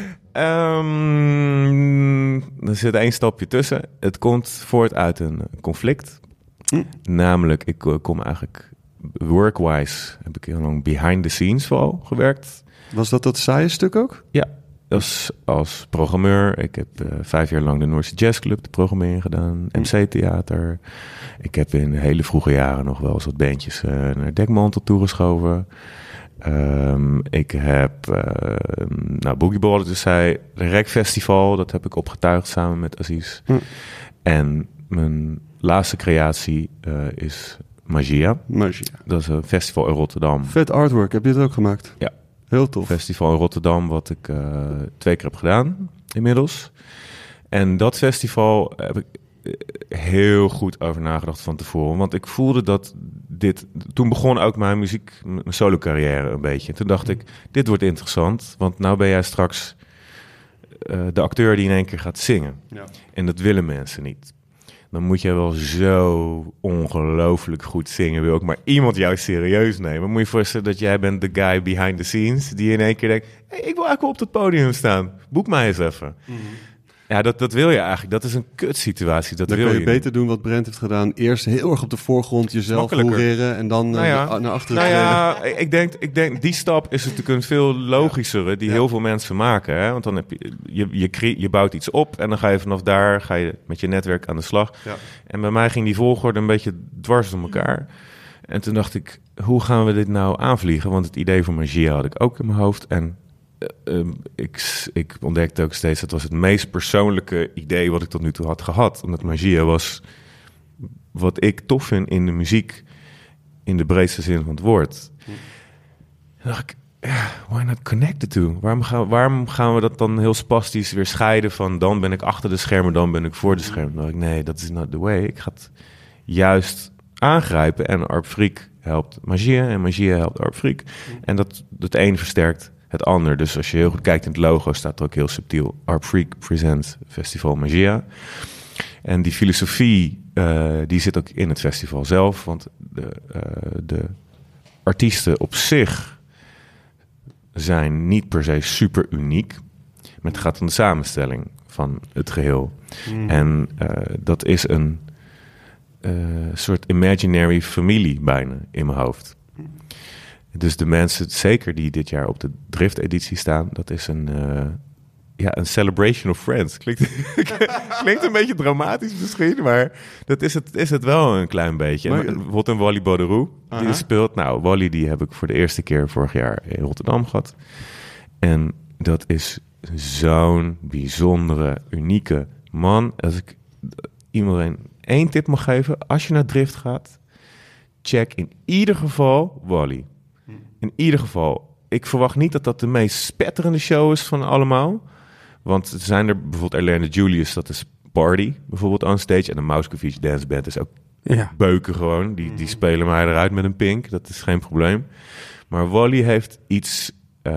Er zit 1 stapje tussen. Het komt voort uit een conflict. Namelijk, ik kom eigenlijk workwise, heb ik heel lang behind the scenes vooral gewerkt. Was dat saaie stuk ook? Ja, als programmeur. Ik heb 5 jaar lang de Noordse Jazz Club de programmering gedaan. MC Theater. Ik heb in hele vroege jaren nog wel eens wat bandjes naar Dekmantel toegeschoven. Ik heb Boogie Ball, dus zei Rec Festival, dat heb ik opgetuigd samen met Aziz. En mijn laatste creatie is Magia. Dat is een festival in Rotterdam. Vet artwork, heb je het ook gemaakt? Ja. Heel tof. Festival in Rotterdam, wat ik 2 keer heb gedaan inmiddels. En dat festival heb ik heel goed over nagedacht van tevoren. Want ik voelde dat toen begon ook mijn solo carrière een beetje. Toen dacht ik, dit wordt interessant. Want nou ben jij straks de acteur die in één keer gaat zingen. Ja. En dat willen mensen niet. Dan moet je wel zo ongelooflijk goed zingen. Wil ik maar iemand jou serieus nemen. Moet je je voorstellen dat jij bent de guy behind the scenes. Die in één keer denkt, hey, ik wil eigenlijk op het podium staan. Boek mij eens even. Ja, dat wil je eigenlijk. Dat is een kutsituatie. Dan kun je beter doen wat Brent heeft gedaan. Eerst heel erg op de voorgrond jezelf hoereren en dan naar achteren. Nou ja, ik denk die stap is natuurlijk een veel logischere die heel veel mensen maken. Hè? Want dan heb je bouwt iets op en dan ga je vanaf daar met je netwerk aan de slag. Ja. En bij mij ging die volgorde een beetje dwars door elkaar. En toen dacht ik, hoe gaan we dit nou aanvliegen? Want het idee van Magia had ik ook in mijn hoofd en ik ontdekte ook steeds, dat was het meest persoonlijke idee wat ik tot nu toe had gehad. Omdat Magia was wat ik tof vind in de muziek, in de breedste zin van het woord. En dacht ik, why not connect the two? Waarom gaan we dat dan heel spastisch weer scheiden van dan ben ik achter de schermen, dan ben ik voor de schermen? Dan dacht ik, nee, dat is not the way. Ik ga het juist aangrijpen. En Arp Freak helpt Magia en Magia helpt Arp Freak. En het een versterkt het ander. Dus als je heel goed kijkt in het logo, staat er ook heel subtiel Arp Freak Presents Festival Magia. En die filosofie, die zit ook in het festival zelf. Want de artiesten op zich zijn niet per se super uniek. Maar het gaat om de samenstelling van het geheel. En dat is een soort imaginary familie bijna in mijn hoofd. Dus de mensen, zeker die dit jaar op de Drift-editie staan, dat is een celebration of friends. Klinkt een beetje dramatisch misschien, maar dat is het wel een klein beetje. Maar, Bijvoorbeeld een Wally Baudrou, die speelt. Nou, Wally die heb ik voor de eerste keer vorig jaar in Rotterdam gehad. En dat is zo'n bijzondere, unieke man. Als ik iedereen 1 tip mag geven, als je naar Drift gaat, check in ieder geval Wally. In ieder geval. Ik verwacht niet dat dat de meest spetterende show is van allemaal. Want er zijn er bijvoorbeeld Erlende Julius, dat is Party, bijvoorbeeld on stage. En de Mauskovic Dance Band is ook beuken gewoon. Die spelen mij eruit met een pink. Dat is geen probleem. Maar Wally heeft iets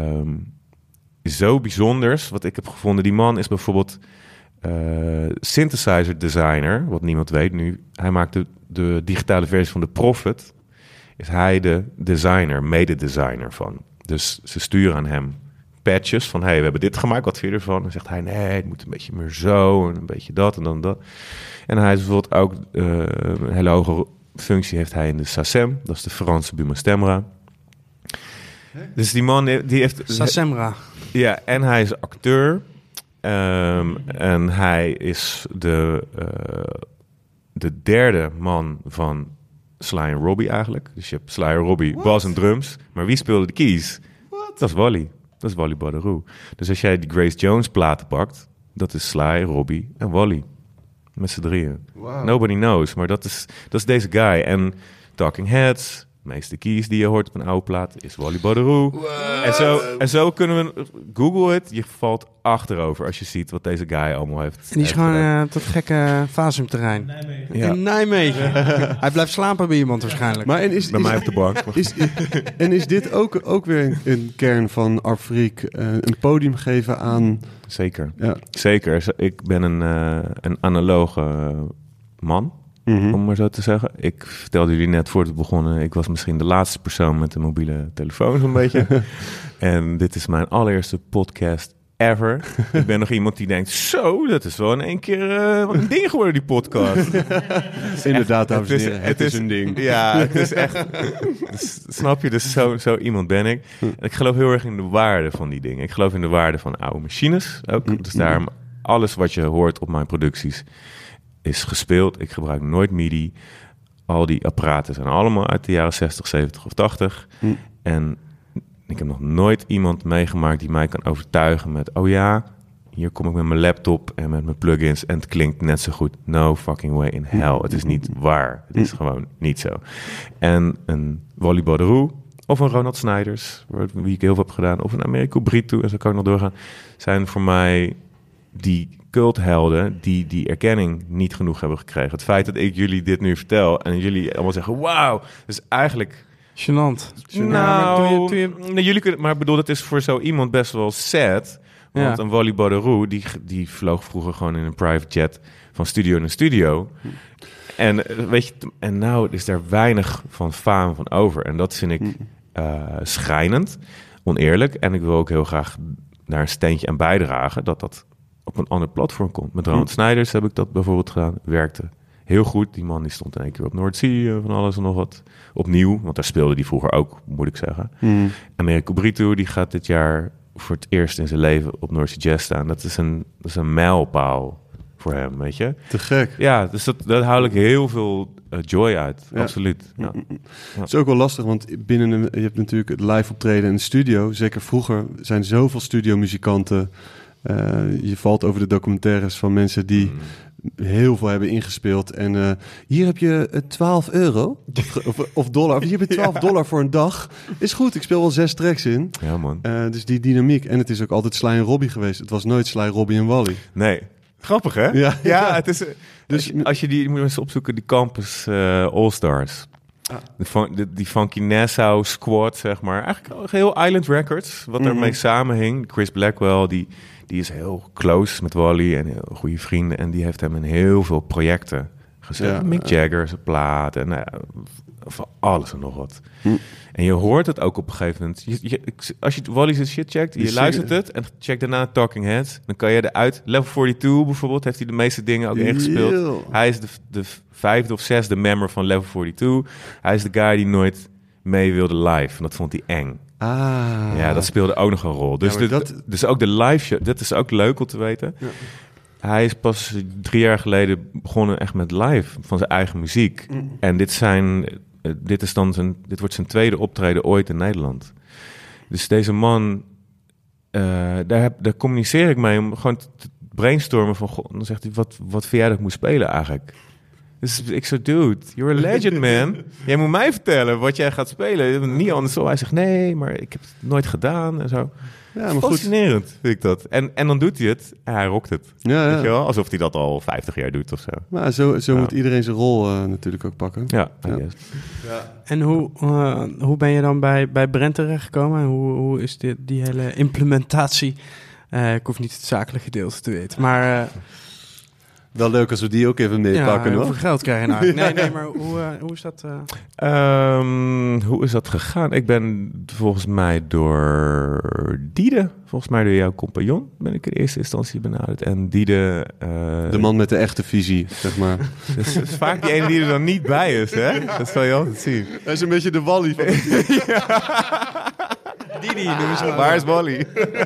zo bijzonders, wat ik heb gevonden. Die man is bijvoorbeeld synthesizer designer, wat niemand weet nu. Hij maakt de digitale versie van de Prophet. Is hij de designer, mede-designer van. Dus ze sturen aan hem patches van, hey, we hebben dit gemaakt, wat vind je ervan? Dan zegt hij, nee, het moet een beetje meer zo en een beetje dat en dan dat. En hij is bijvoorbeeld ook een hele hoge functie heeft hij in de SACEM, dat is de Franse Buma Stemra. Dus die man die heeft... SACEMRA. Ja, en hij is acteur. En hij is de derde man van Sly en Robbie eigenlijk. Dus je hebt Sly en Robbie, bas en drums. Maar wie speelde de keys? Dat is Wally. Dat is Wally Baudrou. Dus als jij die Grace Jones platen pakt, dat is Sly, Robbie en Wally. Met z'n drieën. Wow. Nobody knows, maar dat is deze guy. En Talking Heads, de meeste keys die je hoort op een oude plaat, is Wally Baudrou. En zo kunnen we... Google het, je valt achterover als je ziet wat deze guy allemaal heeft. En die is gewoon dat gekke Fasum-terrein. Nijmegen. Ja. In Nijmegen. Hij blijft slapen bij iemand waarschijnlijk. Maar Bij mij op de bank. is dit ook weer een kern van Arp Freak? Een podium geven aan... Zeker. Ja. Zeker. Ik ben een analoge man, om maar zo te zeggen. Ik vertelde jullie net voordat we begonnen, ik was misschien de laatste persoon met een mobiele telefoon zo'n beetje. En dit is mijn allereerste podcast ever. Ik ben nog iemand die denkt, zo, dat is wel in één keer een ding geworden, die podcast. Inderdaad, dames en heren, het is een ding. Ja, het is echt... snap je? Dus zo iemand ben ik. En ik geloof heel erg in de waarde van die dingen. Ik geloof in de waarde van oude machines ook. Dus daarom, alles wat je hoort op mijn producties is gespeeld. Ik gebruik nooit MIDI. Al die apparaten zijn allemaal uit de jaren 60, 70 of 80. En ik heb nog nooit iemand meegemaakt die mij kan overtuigen met... oh ja, hier kom ik met mijn laptop en met mijn plugins en het klinkt net zo goed. No fucking way in hell. Het is niet waar. Het is gewoon niet zo. En een Wally Baudrou of een Ronald Snijders, wie ik heel veel heb gedaan, of een Americo Brito, en zo kan ik nog doorgaan, zijn voor mij die culthelden die erkenning niet genoeg hebben gekregen. Het feit dat ik jullie dit nu vertel en jullie allemaal zeggen, wauw, dus eigenlijk... Gênant. Nou, nee, jullie kunnen, maar ik bedoel, het is voor zo iemand best wel sad. Want een Wally Baudrou, die vloog vroeger gewoon in een private jet van studio naar studio. En weet je, en nou is daar weinig van faam van over. En dat vind ik schrijnend, oneerlijk. En ik wil ook heel graag daar een steentje aan bijdragen dat dat op een ander platform komt. Met Ronald Snijders heb ik dat bijvoorbeeld gedaan. Werkte heel goed. Die man die stond in één keer op Noordzee van alles en nog wat. Opnieuw, want daar speelde die vroeger ook, moet ik zeggen. Americo Brito, die gaat dit jaar voor het eerst in zijn leven op Noordzee Jazz staan. Dat is een mijlpaal voor hem, weet je. Te gek. Ja, dus dat haal ik heel veel joy uit. Ja. Absoluut. Ja. Het is ook wel lastig, want je hebt natuurlijk het live optreden in de studio. Zeker vroeger zijn zoveel studiomuzikanten. Je valt over de documentaires van mensen die heel veel hebben ingespeeld. En hier heb je €12 of dollar. Hier heb je $12 voor een dag. Is goed, ik speel wel 6 tracks in. Ja, man. Dus die dynamiek. En het is ook altijd Sly en Robbie geweest. Het was nooit Sly, Robbie en Wally. Nee. Grappig, hè? Ja. Ja, het is... Dus- als je die moet je eens opzoeken, die Campus All-Stars. Die Funky Nassau Squad, zeg maar. Eigenlijk heel Island Records, wat daarmee samenhing. Chris Blackwell, die is heel close met Wally en heel goede vrienden. En die heeft hem in heel veel projecten gezet. Ja. Mick Jagger, zijn plaat en van alles en nog wat. En je hoort het ook op een gegeven moment. Als je Wally's shit checkt, je luistert het en check daarna Talking Heads. Dan kan je eruit. Level 42 bijvoorbeeld, heeft hij de meeste dingen ook ingespeeld. Yo. Hij is de 5e of 6e member van Level 42. Hij is de guy die nooit mee wilde live. En dat vond hij eng. Ja, dat speelde ook nog een rol. Dus, Ja, maar dus ook de live show, dat is ook leuk om te weten. Ja. Hij is pas 3 jaar geleden begonnen echt met live van zijn eigen muziek. En dit wordt zijn tweede optreden ooit in Nederland. Dus deze man, daar communiceer ik mee om gewoon te brainstormen van... God, dan zegt hij, wat vind jij dat ik moet spelen eigenlijk? Dus ik zo, dude, you're a legend, man. Jij moet mij vertellen wat jij gaat spelen. Niet andersom. Hij zegt, nee, maar ik heb het nooit gedaan en zo. Ja, maar fascinerend, vind ik dat. En dan doet hij het en hij rockt het. Ja. Weet je wel? Alsof hij dat al 50 jaar doet of zo. Maar zo moet iedereen zijn rol natuurlijk ook pakken. Ja. En hoe ben je dan bij Brent terechtgekomen? En hoe is die hele implementatie? Ik hoef niet het zakelijke gedeelte te weten, maar... Wel leuk als we die ook even meepakken, hoor. Hoeveel geld krijg je nou? Nee, maar hoe is dat? Hoe is dat gegaan? Ik ben volgens mij door Diede, volgens mij door jouw compagnon, ben ik in eerste instantie benaderd. En Diede... de man met de echte visie, zeg maar. Dus het is vaak die ene die er dan niet bij is, hè? Dat zal je altijd zien. Hij is een beetje de Wally van het Didi, noemen ze maar. Waar is Wally?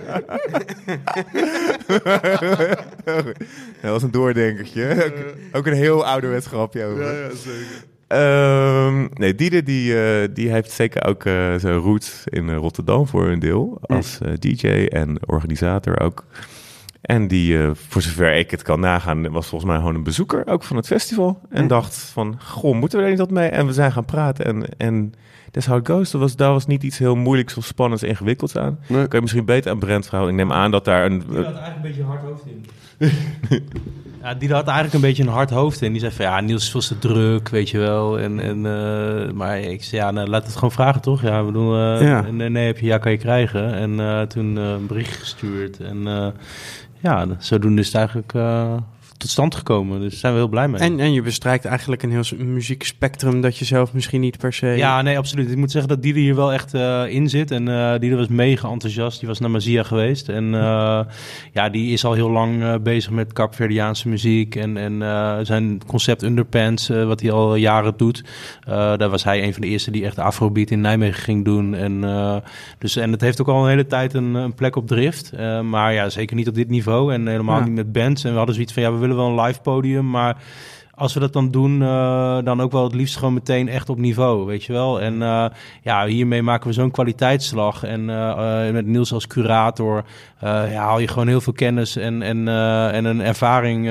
Dat was een doordenkertje. Ook een heel ouderwets grapje over. Ja, zeker. Nee, Diede die heeft zeker ook zijn roots in Rotterdam voor een deel. Als DJ en organisator ook. En die, voor zover ik het kan nagaan, was volgens mij gewoon een bezoeker ook van het festival. En dacht van, goh, moeten we er niet wat mee? En we zijn gaan praten en that's how it goes. Daar was niet iets heel moeilijks of spannends ingewikkelds aan. Nee. Kan je misschien beter aan Brent vragen. Ik neem aan dat daar een... Die had eigenlijk een beetje een hard hoofd in. Ja, die had eigenlijk een beetje een hard hoofd in. Die zei van, ja, Niels is veel te druk, weet je wel. Maar ik zei, ja, nou, laat het gewoon vragen, toch? Ja, we doen, nee, heb je, ja, kan je krijgen. En toen een bericht gestuurd. En zodoende is het eigenlijk tot stand gekomen. Dus daar zijn we heel blij mee. En je bestrijkt eigenlijk een heel muziekspectrum dat je zelf misschien niet per se... Ja, nee, absoluut. Ik moet zeggen dat Diede hier wel echt in zit. En Diede was mega enthousiast. Die was naar Mazia geweest. En die is al heel lang bezig met Kaapverdiaanse muziek. En zijn concept Underpants, wat hij al jaren doet. Daar was hij een van de eerste die echt Afrobeat in Nijmegen ging doen. En het heeft ook al een hele tijd een plek op Drift. Maar ja, zeker niet op dit niveau. En helemaal niet met bands. En we hadden zoiets van, ja, we willen wel een live podium, maar als we dat dan doen, dan ook wel het liefst gewoon meteen echt op niveau, weet je wel. En hiermee maken we zo'n kwaliteitsslag. En met Niels als curator haal je gewoon heel veel kennis en een ervaring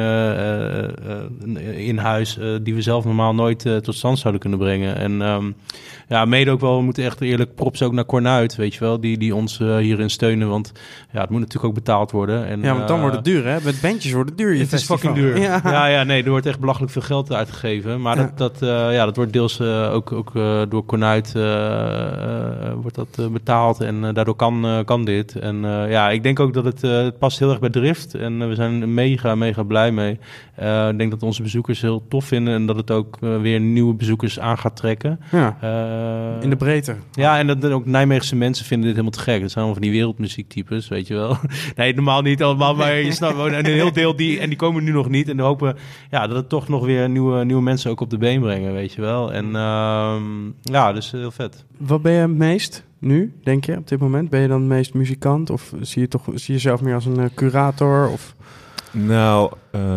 in huis die we zelf normaal nooit tot stand zouden kunnen brengen. En mede ook wel, we moeten echt eerlijk props ook naar Cornuit, weet je wel, die ons hierin steunen, want het moet natuurlijk ook betaald worden. En, want dan wordt het duur, hè? Met bandjes wordt het duur. Het is fucking duur. Nee, er wordt echt belachelijk veel geld uitgegeven. Maar dat wordt deels ook door Cornuit wordt dat betaald. En daardoor kan dit. En ik denk ook dat het past heel erg bij Drift. En we zijn mega blij mee. Ik denk dat onze bezoekers heel tof vinden. En dat het ook weer nieuwe bezoekers aan gaat trekken. Ja, in de breedte. Ja, en dat ook Nijmeegse mensen vinden dit helemaal te gek. Dat zijn allemaal van die wereldmuziektypes, weet je wel. Nee, normaal niet allemaal. Maar je snapt wel, een heel deel die komen nu nog niet. En we hopen dat het toch nog weer nieuwe mensen ook op de been brengen, weet je wel. En dus heel vet. Wat ben je het meest nu, denk je, op dit moment? Ben je dan het meest muzikant? Of zie je jezelf meer als een curator? Of... Nou,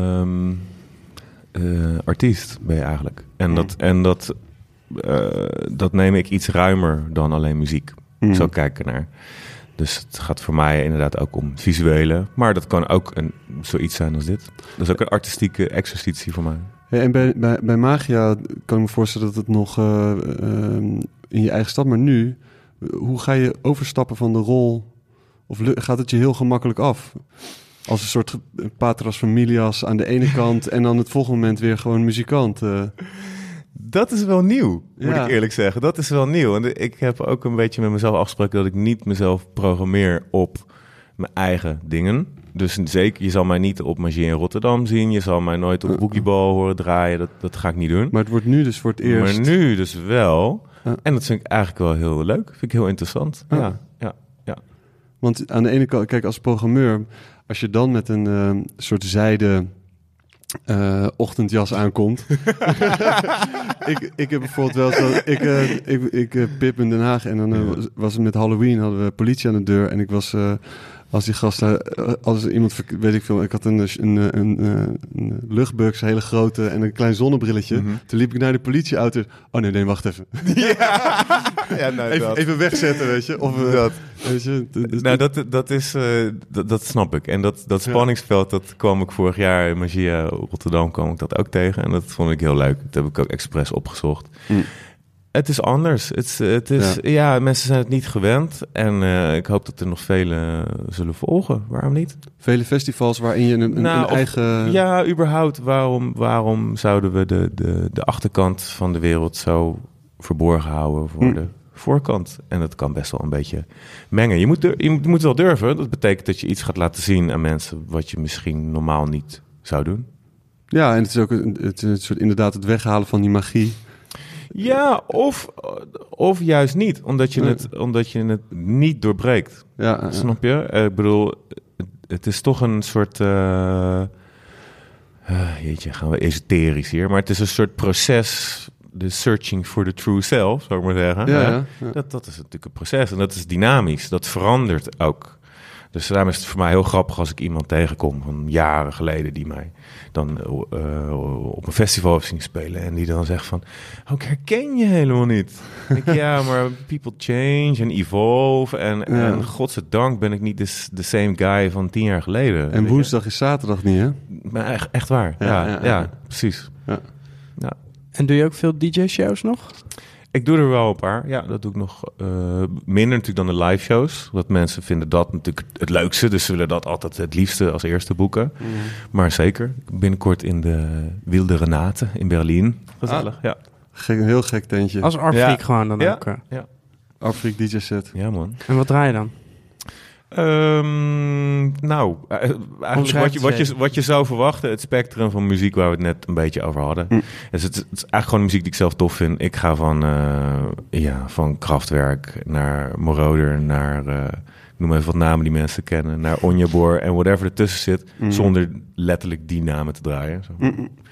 artiest ben je eigenlijk. En dat neem ik iets ruimer dan alleen muziek. Zo kijken naar. Dus het gaat voor mij inderdaad ook om visuele. Maar dat kan ook zoiets zijn als dit. Dat is ook een artistieke exercitie voor mij. Ja, en bij Magia kan ik me voorstellen dat het nog in je eigen stad... Maar nu, hoe ga je overstappen van de rol? Of gaat het je heel gemakkelijk af? als een soort patras familias aan de ene kant en dan het volgende moment weer gewoon muzikant. Dat is wel nieuw, moet Ja. ik eerlijk zeggen. Dat is wel nieuw. En ik heb ook een beetje met mezelf afgesproken dat ik niet mezelf programmeer op mijn eigen dingen. Dus zeker, je zal mij niet op Magie in Rotterdam zien. Je zal mij nooit op Boogieball horen draaien. Dat ga ik niet doen. Maar het wordt nu dus voor het eerst. Maar nu dus wel. Ja. En dat vind ik eigenlijk wel heel leuk. Vind ik heel interessant. Ja. Ja. Want aan de ene kant, kijk, als programmeur, als je dan met een soort zijde ochtendjas aankomt. ik heb bijvoorbeeld wel zo. Ik pip in Den Haag en dan was het met Halloween, hadden we politie aan de deur en ik was. Als die gasten, als iemand, weet ik veel, ik had een luchtbugs, een hele grote en een klein zonnebrilletje. Mhm. Toen liep ik naar de politieauto. Oh nee, wacht even. Ja, nou, dat. Even wegzetten, weet je. Of Dat. weet je. Dat snap ik. En dat spanningsveld, dat kwam ik vorig jaar in Magia Rotterdam, kwam ik dat ook tegen. En dat vond ik heel leuk. Dat heb ik ook expres opgezocht. Mm. Het is anders. Het is, ja, mensen zijn het niet gewend. En ik hoop dat er nog vele zullen volgen. Waarom niet? Vele festivals waarin je een eigen... Ja, überhaupt. Waarom zouden we de achterkant van de wereld zo verborgen houden voor de voorkant? En dat kan best wel een beetje mengen. Je moet wel durven. Dat betekent dat je iets gaat laten zien aan mensen wat je misschien normaal niet zou doen. Ja, en het is ook een soort, inderdaad het weghalen van die magie. Ja, of juist niet. Omdat je het niet doorbreekt. Ja, Snap je? Ik bedoel, het is toch een soort... jeetje, gaan we esoterisch hier. Maar het is een soort proces... De searching for the true self, zou ik maar zeggen. Ja. Dat is natuurlijk een proces. En dat is dynamisch. Dat verandert ook. Dus daarom is het voor mij heel grappig als ik iemand tegenkom van jaren geleden die mij dan op een festival heeft zien spelen en die dan zegt van, ik herken je helemaal niet. Ik, ja, maar people change en evolve en godzijdank ben ik niet de same guy van 10 jaar geleden. En woensdag is zaterdag niet, hè? Maar echt waar. Ja, precies. Ja. Ja. En doe je ook veel DJ-shows nog? Ik doe er wel een paar. Ja, dat doe ik nog minder natuurlijk dan de live shows. Want mensen vinden dat natuurlijk het leukste. Dus ze willen dat altijd het liefste als eerste boeken. Mm. Maar zeker. Binnenkort in de Wilde Renate in Berlijn. Gezellig, ja. Een heel gek tentje. Als Arfreak gewoon dan ook. Ja. Arfreak DJ set. Ja, man. En wat draai je dan? Eigenlijk wat je zou verwachten, het spectrum van muziek waar we het net een beetje over hadden. Dus het is eigenlijk gewoon muziek die ik zelf tof vind. Ik ga van Kraftwerk naar Moroder, naar, ik noem even wat namen die mensen kennen, naar Onjabor en whatever ertussen zit, zonder letterlijk die namen te draaien. Zo.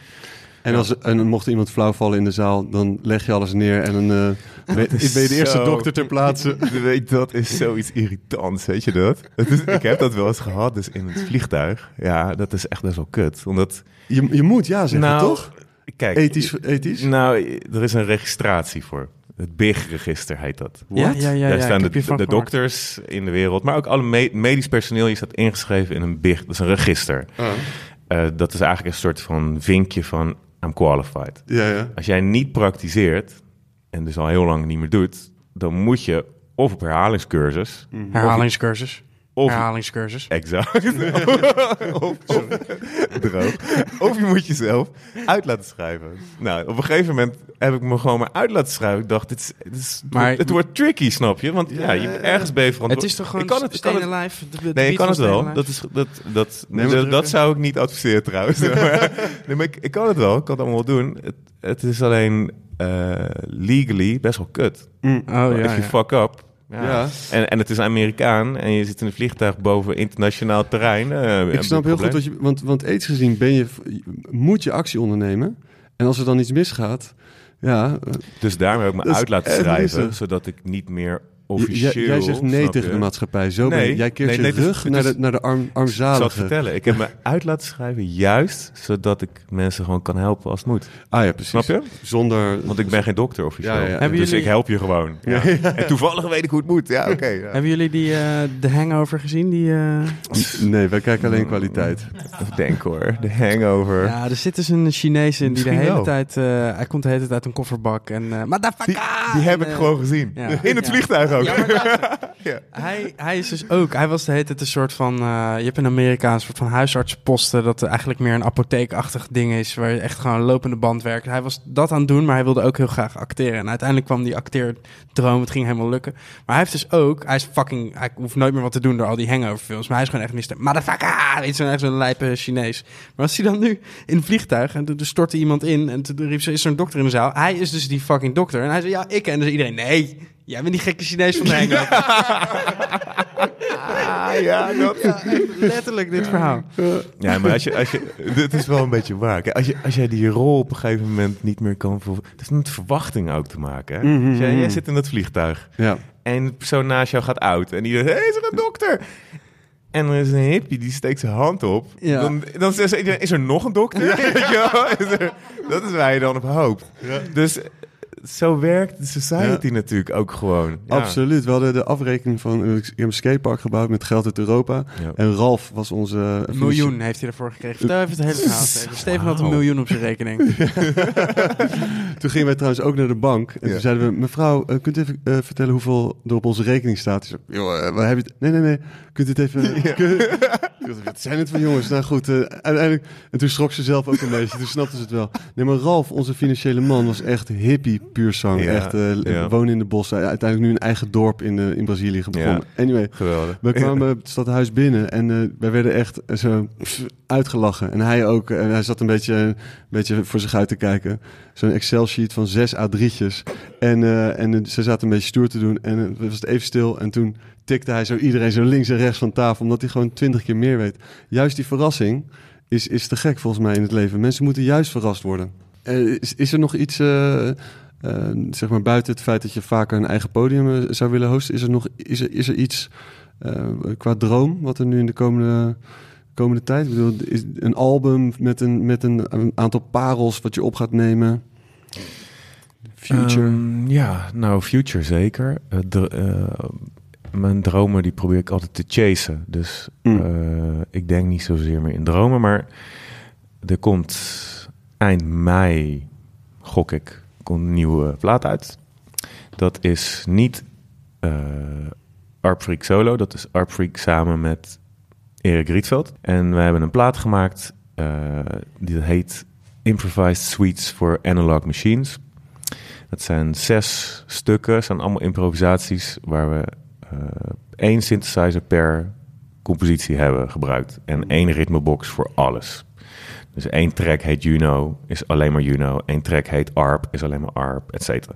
En mocht iemand flauw vallen in de zaal, dan leg je alles neer en dan ben je de eerste dokter ter plaatse. Dat is zoiets irritants, weet je dat? Ik heb dat wel eens gehad, dus in het vliegtuig. Ja, dat is echt best wel kut. Omdat je moet ja zeggen, toch? Kijk, ethisch? Nou, er is een registratie voor. Het BIG-register heet dat. Ja. Daar staan de dokters in de wereld, maar ook alle medisch personeel. Je staat ingeschreven in een BIG, dat is een register. Dat is eigenlijk een soort van vinkje van I'm qualified. Ja. Als jij niet praktiseert en dus al heel lang niet meer doet, dan moet je of op herhalingscursus. Herhalingscursus. Herhalingscursus. Exact. of droog. Of je moet jezelf uit laten schrijven. Nou, op een gegeven moment heb ik me gewoon maar uit laten schrijven. Ik dacht, het wordt tricky, snap je? Want ergens ben je verantwoordelijk. Het is toch gewoon stenen live? Nee, je kan het wel. Dat zou ik niet adviseren trouwens. maar ik kan het wel. Ik kan het allemaal wel doen. Het is alleen legally best wel kut. If you fuck up. Ja. En het is Amerikaan en je zit in een vliegtuig boven internationaal terrein. Ik snap heel goed want ethisch gezien moet je actie ondernemen. En als er dan iets misgaat, dus daarom heb ik me uit laten schrijven, zodat ik niet meer officieel... Jij zegt nee tegen de maatschappij. Jij keert je rug naar de armzalige. Ik zal het vertellen. Ik heb me uit laten schrijven juist zodat ik mensen gewoon kan helpen als het moet. Ah ja, precies. Snap je? Want ik ben geen dokter officieel. Ja. Dus ik help je gewoon. Ja. En toevallig weet ik hoe het moet. Ja, oké. Hebben jullie de Hangover gezien? Nee, wij kijken alleen kwaliteit. Denk hoor, de Hangover. Ja, er zit dus een Chinees in die de hele tijd... hij komt de hele tijd uit een kofferbak. En die heb ik gewoon gezien. Ja. In het vliegtuig ook. ook. Ja, maar luister. Ja. Hij is dus ook... Hij was de hele tijd een soort van... je hebt in Amerika een soort van huisartsenposten... dat er eigenlijk meer een apotheekachtig ding is... waar je echt gewoon een lopende band werkt. Hij was dat aan het doen, maar hij wilde ook heel graag acteren. En uiteindelijk kwam die acteerdroom. Het ging helemaal lukken. Maar hij heeft dus ook... Hij hoeft nooit meer wat te doen door al die hangover-films. Maar hij is gewoon echt Mr. Motherfucker! Weet je, echt zo'n lijpe Chinees. Maar als hij dan nu in een vliegtuig... en toen stortte iemand in... en toen riep ze, is er een dokter in de zaal? Hij is dus die fucking dokter. En hij zei, ja, ik. En dus iedereen, nee... Jij bent die gekke Chinees van de hangover. Ja, dat... Ja, echt letterlijk dit verhaal. Ja, maar als je dit is wel een beetje waar. Kijk, als jij die rol op een gegeven moment niet meer kan... Het heeft met verwachting ook te maken. Hè? Dus jij zit in dat vliegtuig. Ja. En de persoon naast jou gaat oud. En iedereen, is er een dokter? En er is een hippie die steekt zijn hand op. Ja. Dan zegt iedereen, is er nog een dokter? Ja. Weet je wel? Dat is waar je dan op hoopt. Ja. Dus zo werkt de society natuurlijk ook gewoon. Ja. Absoluut. We hadden de afrekening van... Ik heb een skatepark gebouwd met geld uit Europa. Ja. En Ralf was onze... Een miljoen heeft hij ervoor gekregen. Vertel even het hele verhaal. Steven had $1 miljoen op zijn rekening. Toen gingen wij trouwens ook naar de bank. En toen zeiden we... Mevrouw, kunt u even vertellen hoeveel er op onze rekening staat? Zei, joh, waar heb je het? Nee. Kunt u het even... Wat zijn het van jongens? Nou goed, uiteindelijk... En toen schrok ze zelf ook een beetje. Toen snapten ze het wel. Nee, maar Ralf, onze financiële man, was echt hippie puur zang. Ja, echt wonen in de bossen. Uiteindelijk nu een eigen dorp in Brazilië begonnen. Ja. Anyway, Geweldig. we kwamen het stadhuis binnen en wij werden echt zo uitgelachen. En hij ook. En hij zat een beetje voor zich uit te kijken. Zo'n Excel-sheet van 6 A3'tjes. En ze zaten een beetje stoer te doen. En het was even stil. En toen tikte hij zo iedereen zo links en rechts van tafel. Omdat hij gewoon 20 keer meer weet. Juist die verrassing is te gek volgens mij in het leven. Mensen moeten juist verrast worden. Is er nog iets... zeg maar buiten het feit dat je vaker een eigen podium zou willen hosten, is er iets qua droom wat er nu in de komende tijd? Ik bedoel, is een album met een aantal parels wat je op gaat nemen? Future? Future zeker. Mijn dromen die probeer ik altijd te chasen. Dus ik denk niet zozeer meer in dromen, maar er komt eind mei, gok ik, komt een nieuwe plaat uit. Dat is niet Arp Freak solo. Dat is Arp Freak samen met Erik Rietveld. En we hebben een plaat gemaakt die heet Improvised Suites for Analog Machines. Dat zijn 6 stukken. Dat zijn allemaal improvisaties waar we 1 synthesizer per compositie hebben gebruikt. En 1 ritmebox voor alles. Dus 1 track heet Juno, is alleen maar Juno. 1 track heet ARP, is alleen maar ARP, et cetera.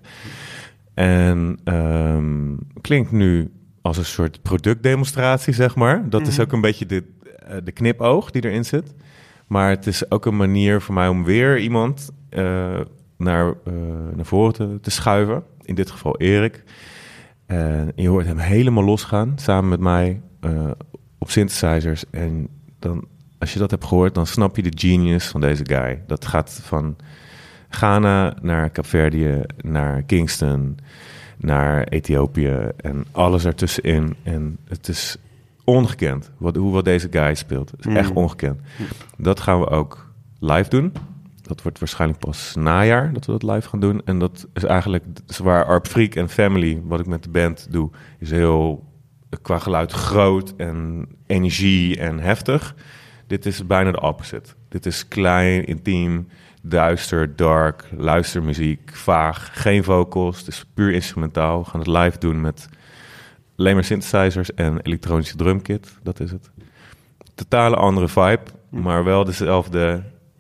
En klinkt nu als een soort productdemonstratie, zeg maar. Dat is ook een beetje de knipoog die erin zit. Maar het is ook een manier voor mij om weer iemand naar voren te schuiven. In dit geval Erik. En je hoort hem helemaal losgaan, samen met mij, op synthesizers. En dan... Als je dat hebt gehoord, dan snap je de genius van deze guy. Dat gaat van Ghana naar Kaapverdië, naar Kingston, naar Ethiopië en alles ertussenin. En het is ongekend wat deze guy speelt. Het is echt ongekend. Dat gaan we ook live doen. Dat wordt waarschijnlijk pas najaar dat we dat live gaan doen. En dat is eigenlijk waar Arp Freak en Family, wat ik met de band doe, is heel qua geluid groot en energie en heftig. Dit is bijna de opposite. Dit is klein, intiem, duister, dark, luistermuziek, vaag, geen vocals. Het is puur instrumentaal. We gaan het live doen met alleen maar synthesizers en elektronische drumkit. Dat is het. Totale andere vibe, maar wel dezelfde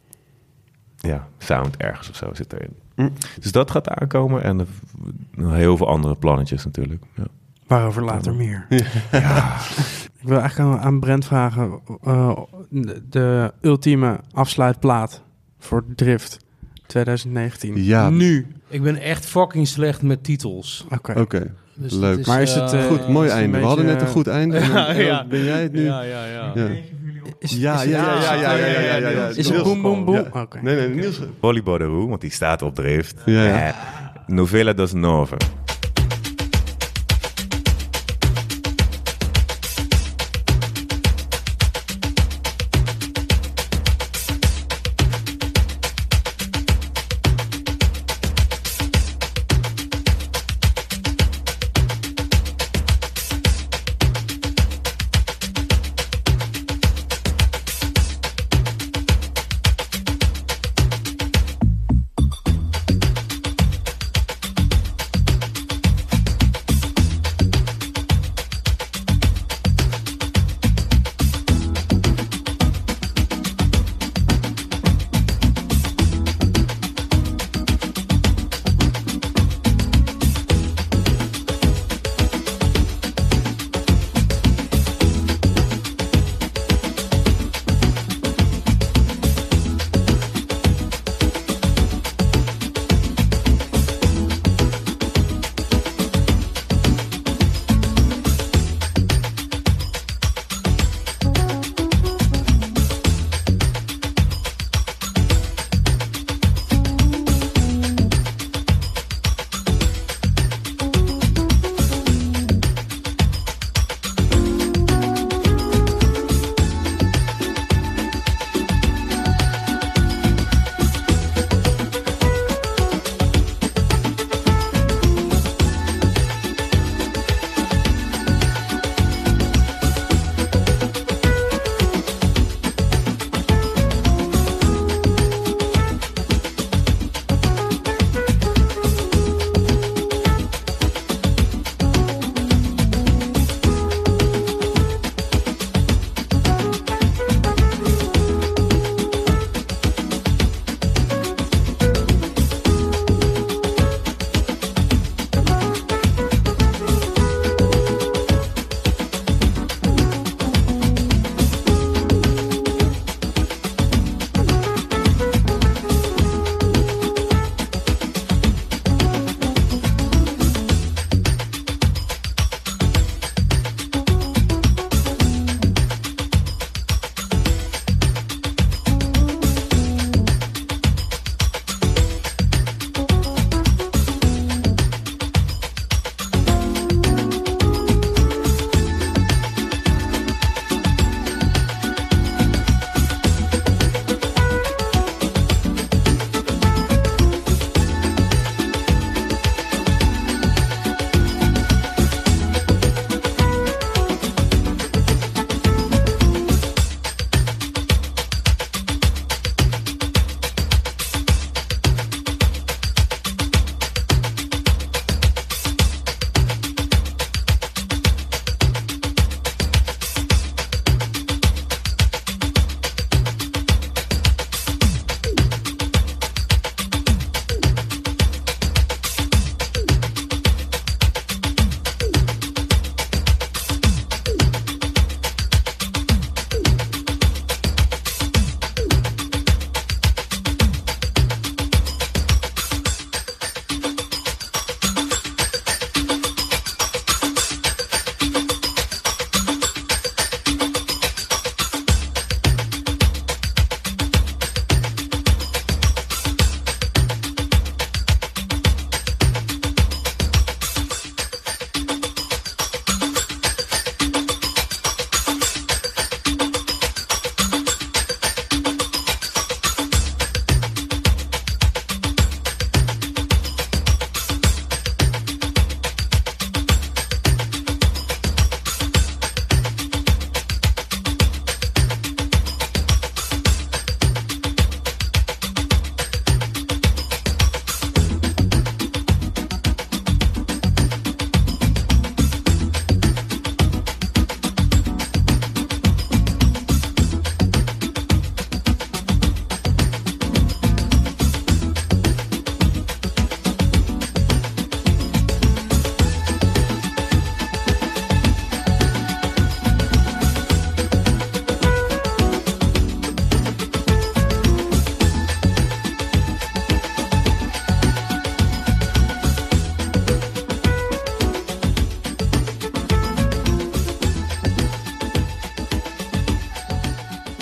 sound ergens of zo zit erin. Dus dat gaat aankomen en nog heel veel andere plannetjes natuurlijk. Ja. Waarover later meer. Ja. Ik wil eigenlijk aan Brent vragen... de ultieme afsluitplaat voor Drift 2019. Ja. Nu. Ik ben echt fucking slecht met titels. Oké. Dus Leuk. het Maar is het... Goed, mooi is het einde. een We hadden beetje- net een goed einde. En ben jij het nu? Ja. Ja. Is het boem, boem, boem? Ja. Oké. Nee, Niels. Volleyball de Roe, want die staat op Drift. Ja. Novella das Nove.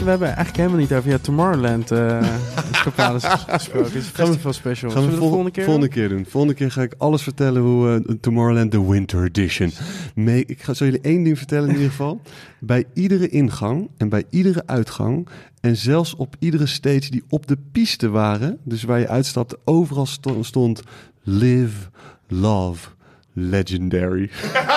we hebben eigenlijk helemaal niet over Tomorrowland escapades gesproken. Het is een festival special. Gaan we Zullen we de volgende keer doen? Volgende keer ga ik alles vertellen hoe Tomorrowland de Winter Edition. Ik zal jullie 1 ding vertellen in ieder geval. Bij iedere ingang en bij iedere uitgang en zelfs op iedere stage die op de piste waren, dus waar je uitstapte, overal stond Live, Love, Legendary.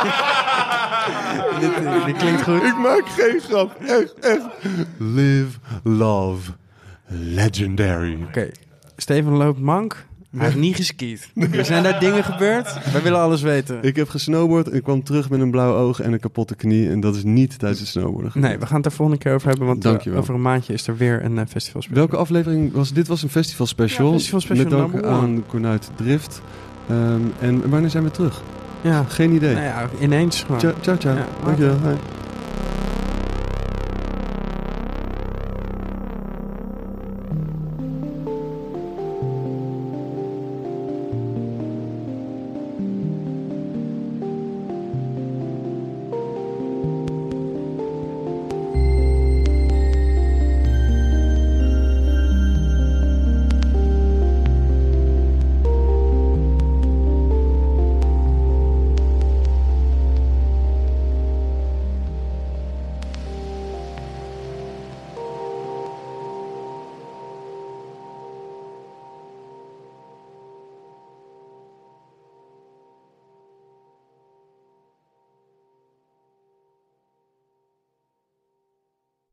Dit klinkt goed. Ik maak geen grap. Echt. Live, Love, Legendary. Oké. Steven loopt mank. Hij heeft niet geskiet. Er zijn daar dingen gebeurd. Wij willen alles weten. Ik heb gesnowboard en ik kwam terug met een blauw oog en een kapotte knie. En dat is niet tijdens het snowboarden gebeurd. Nee, we gaan het er volgende keer over hebben. Want Dankjewel. over een maandje is er weer een festival special. Welke aflevering was dit? Was een festival special. Ja, festival special met dank number aan Cornuit Drift. En wanneer zijn we terug? Ja. Geen idee. Nou ja, ineens gewoon. Ciao. Ja, Dankjewel. Hoi.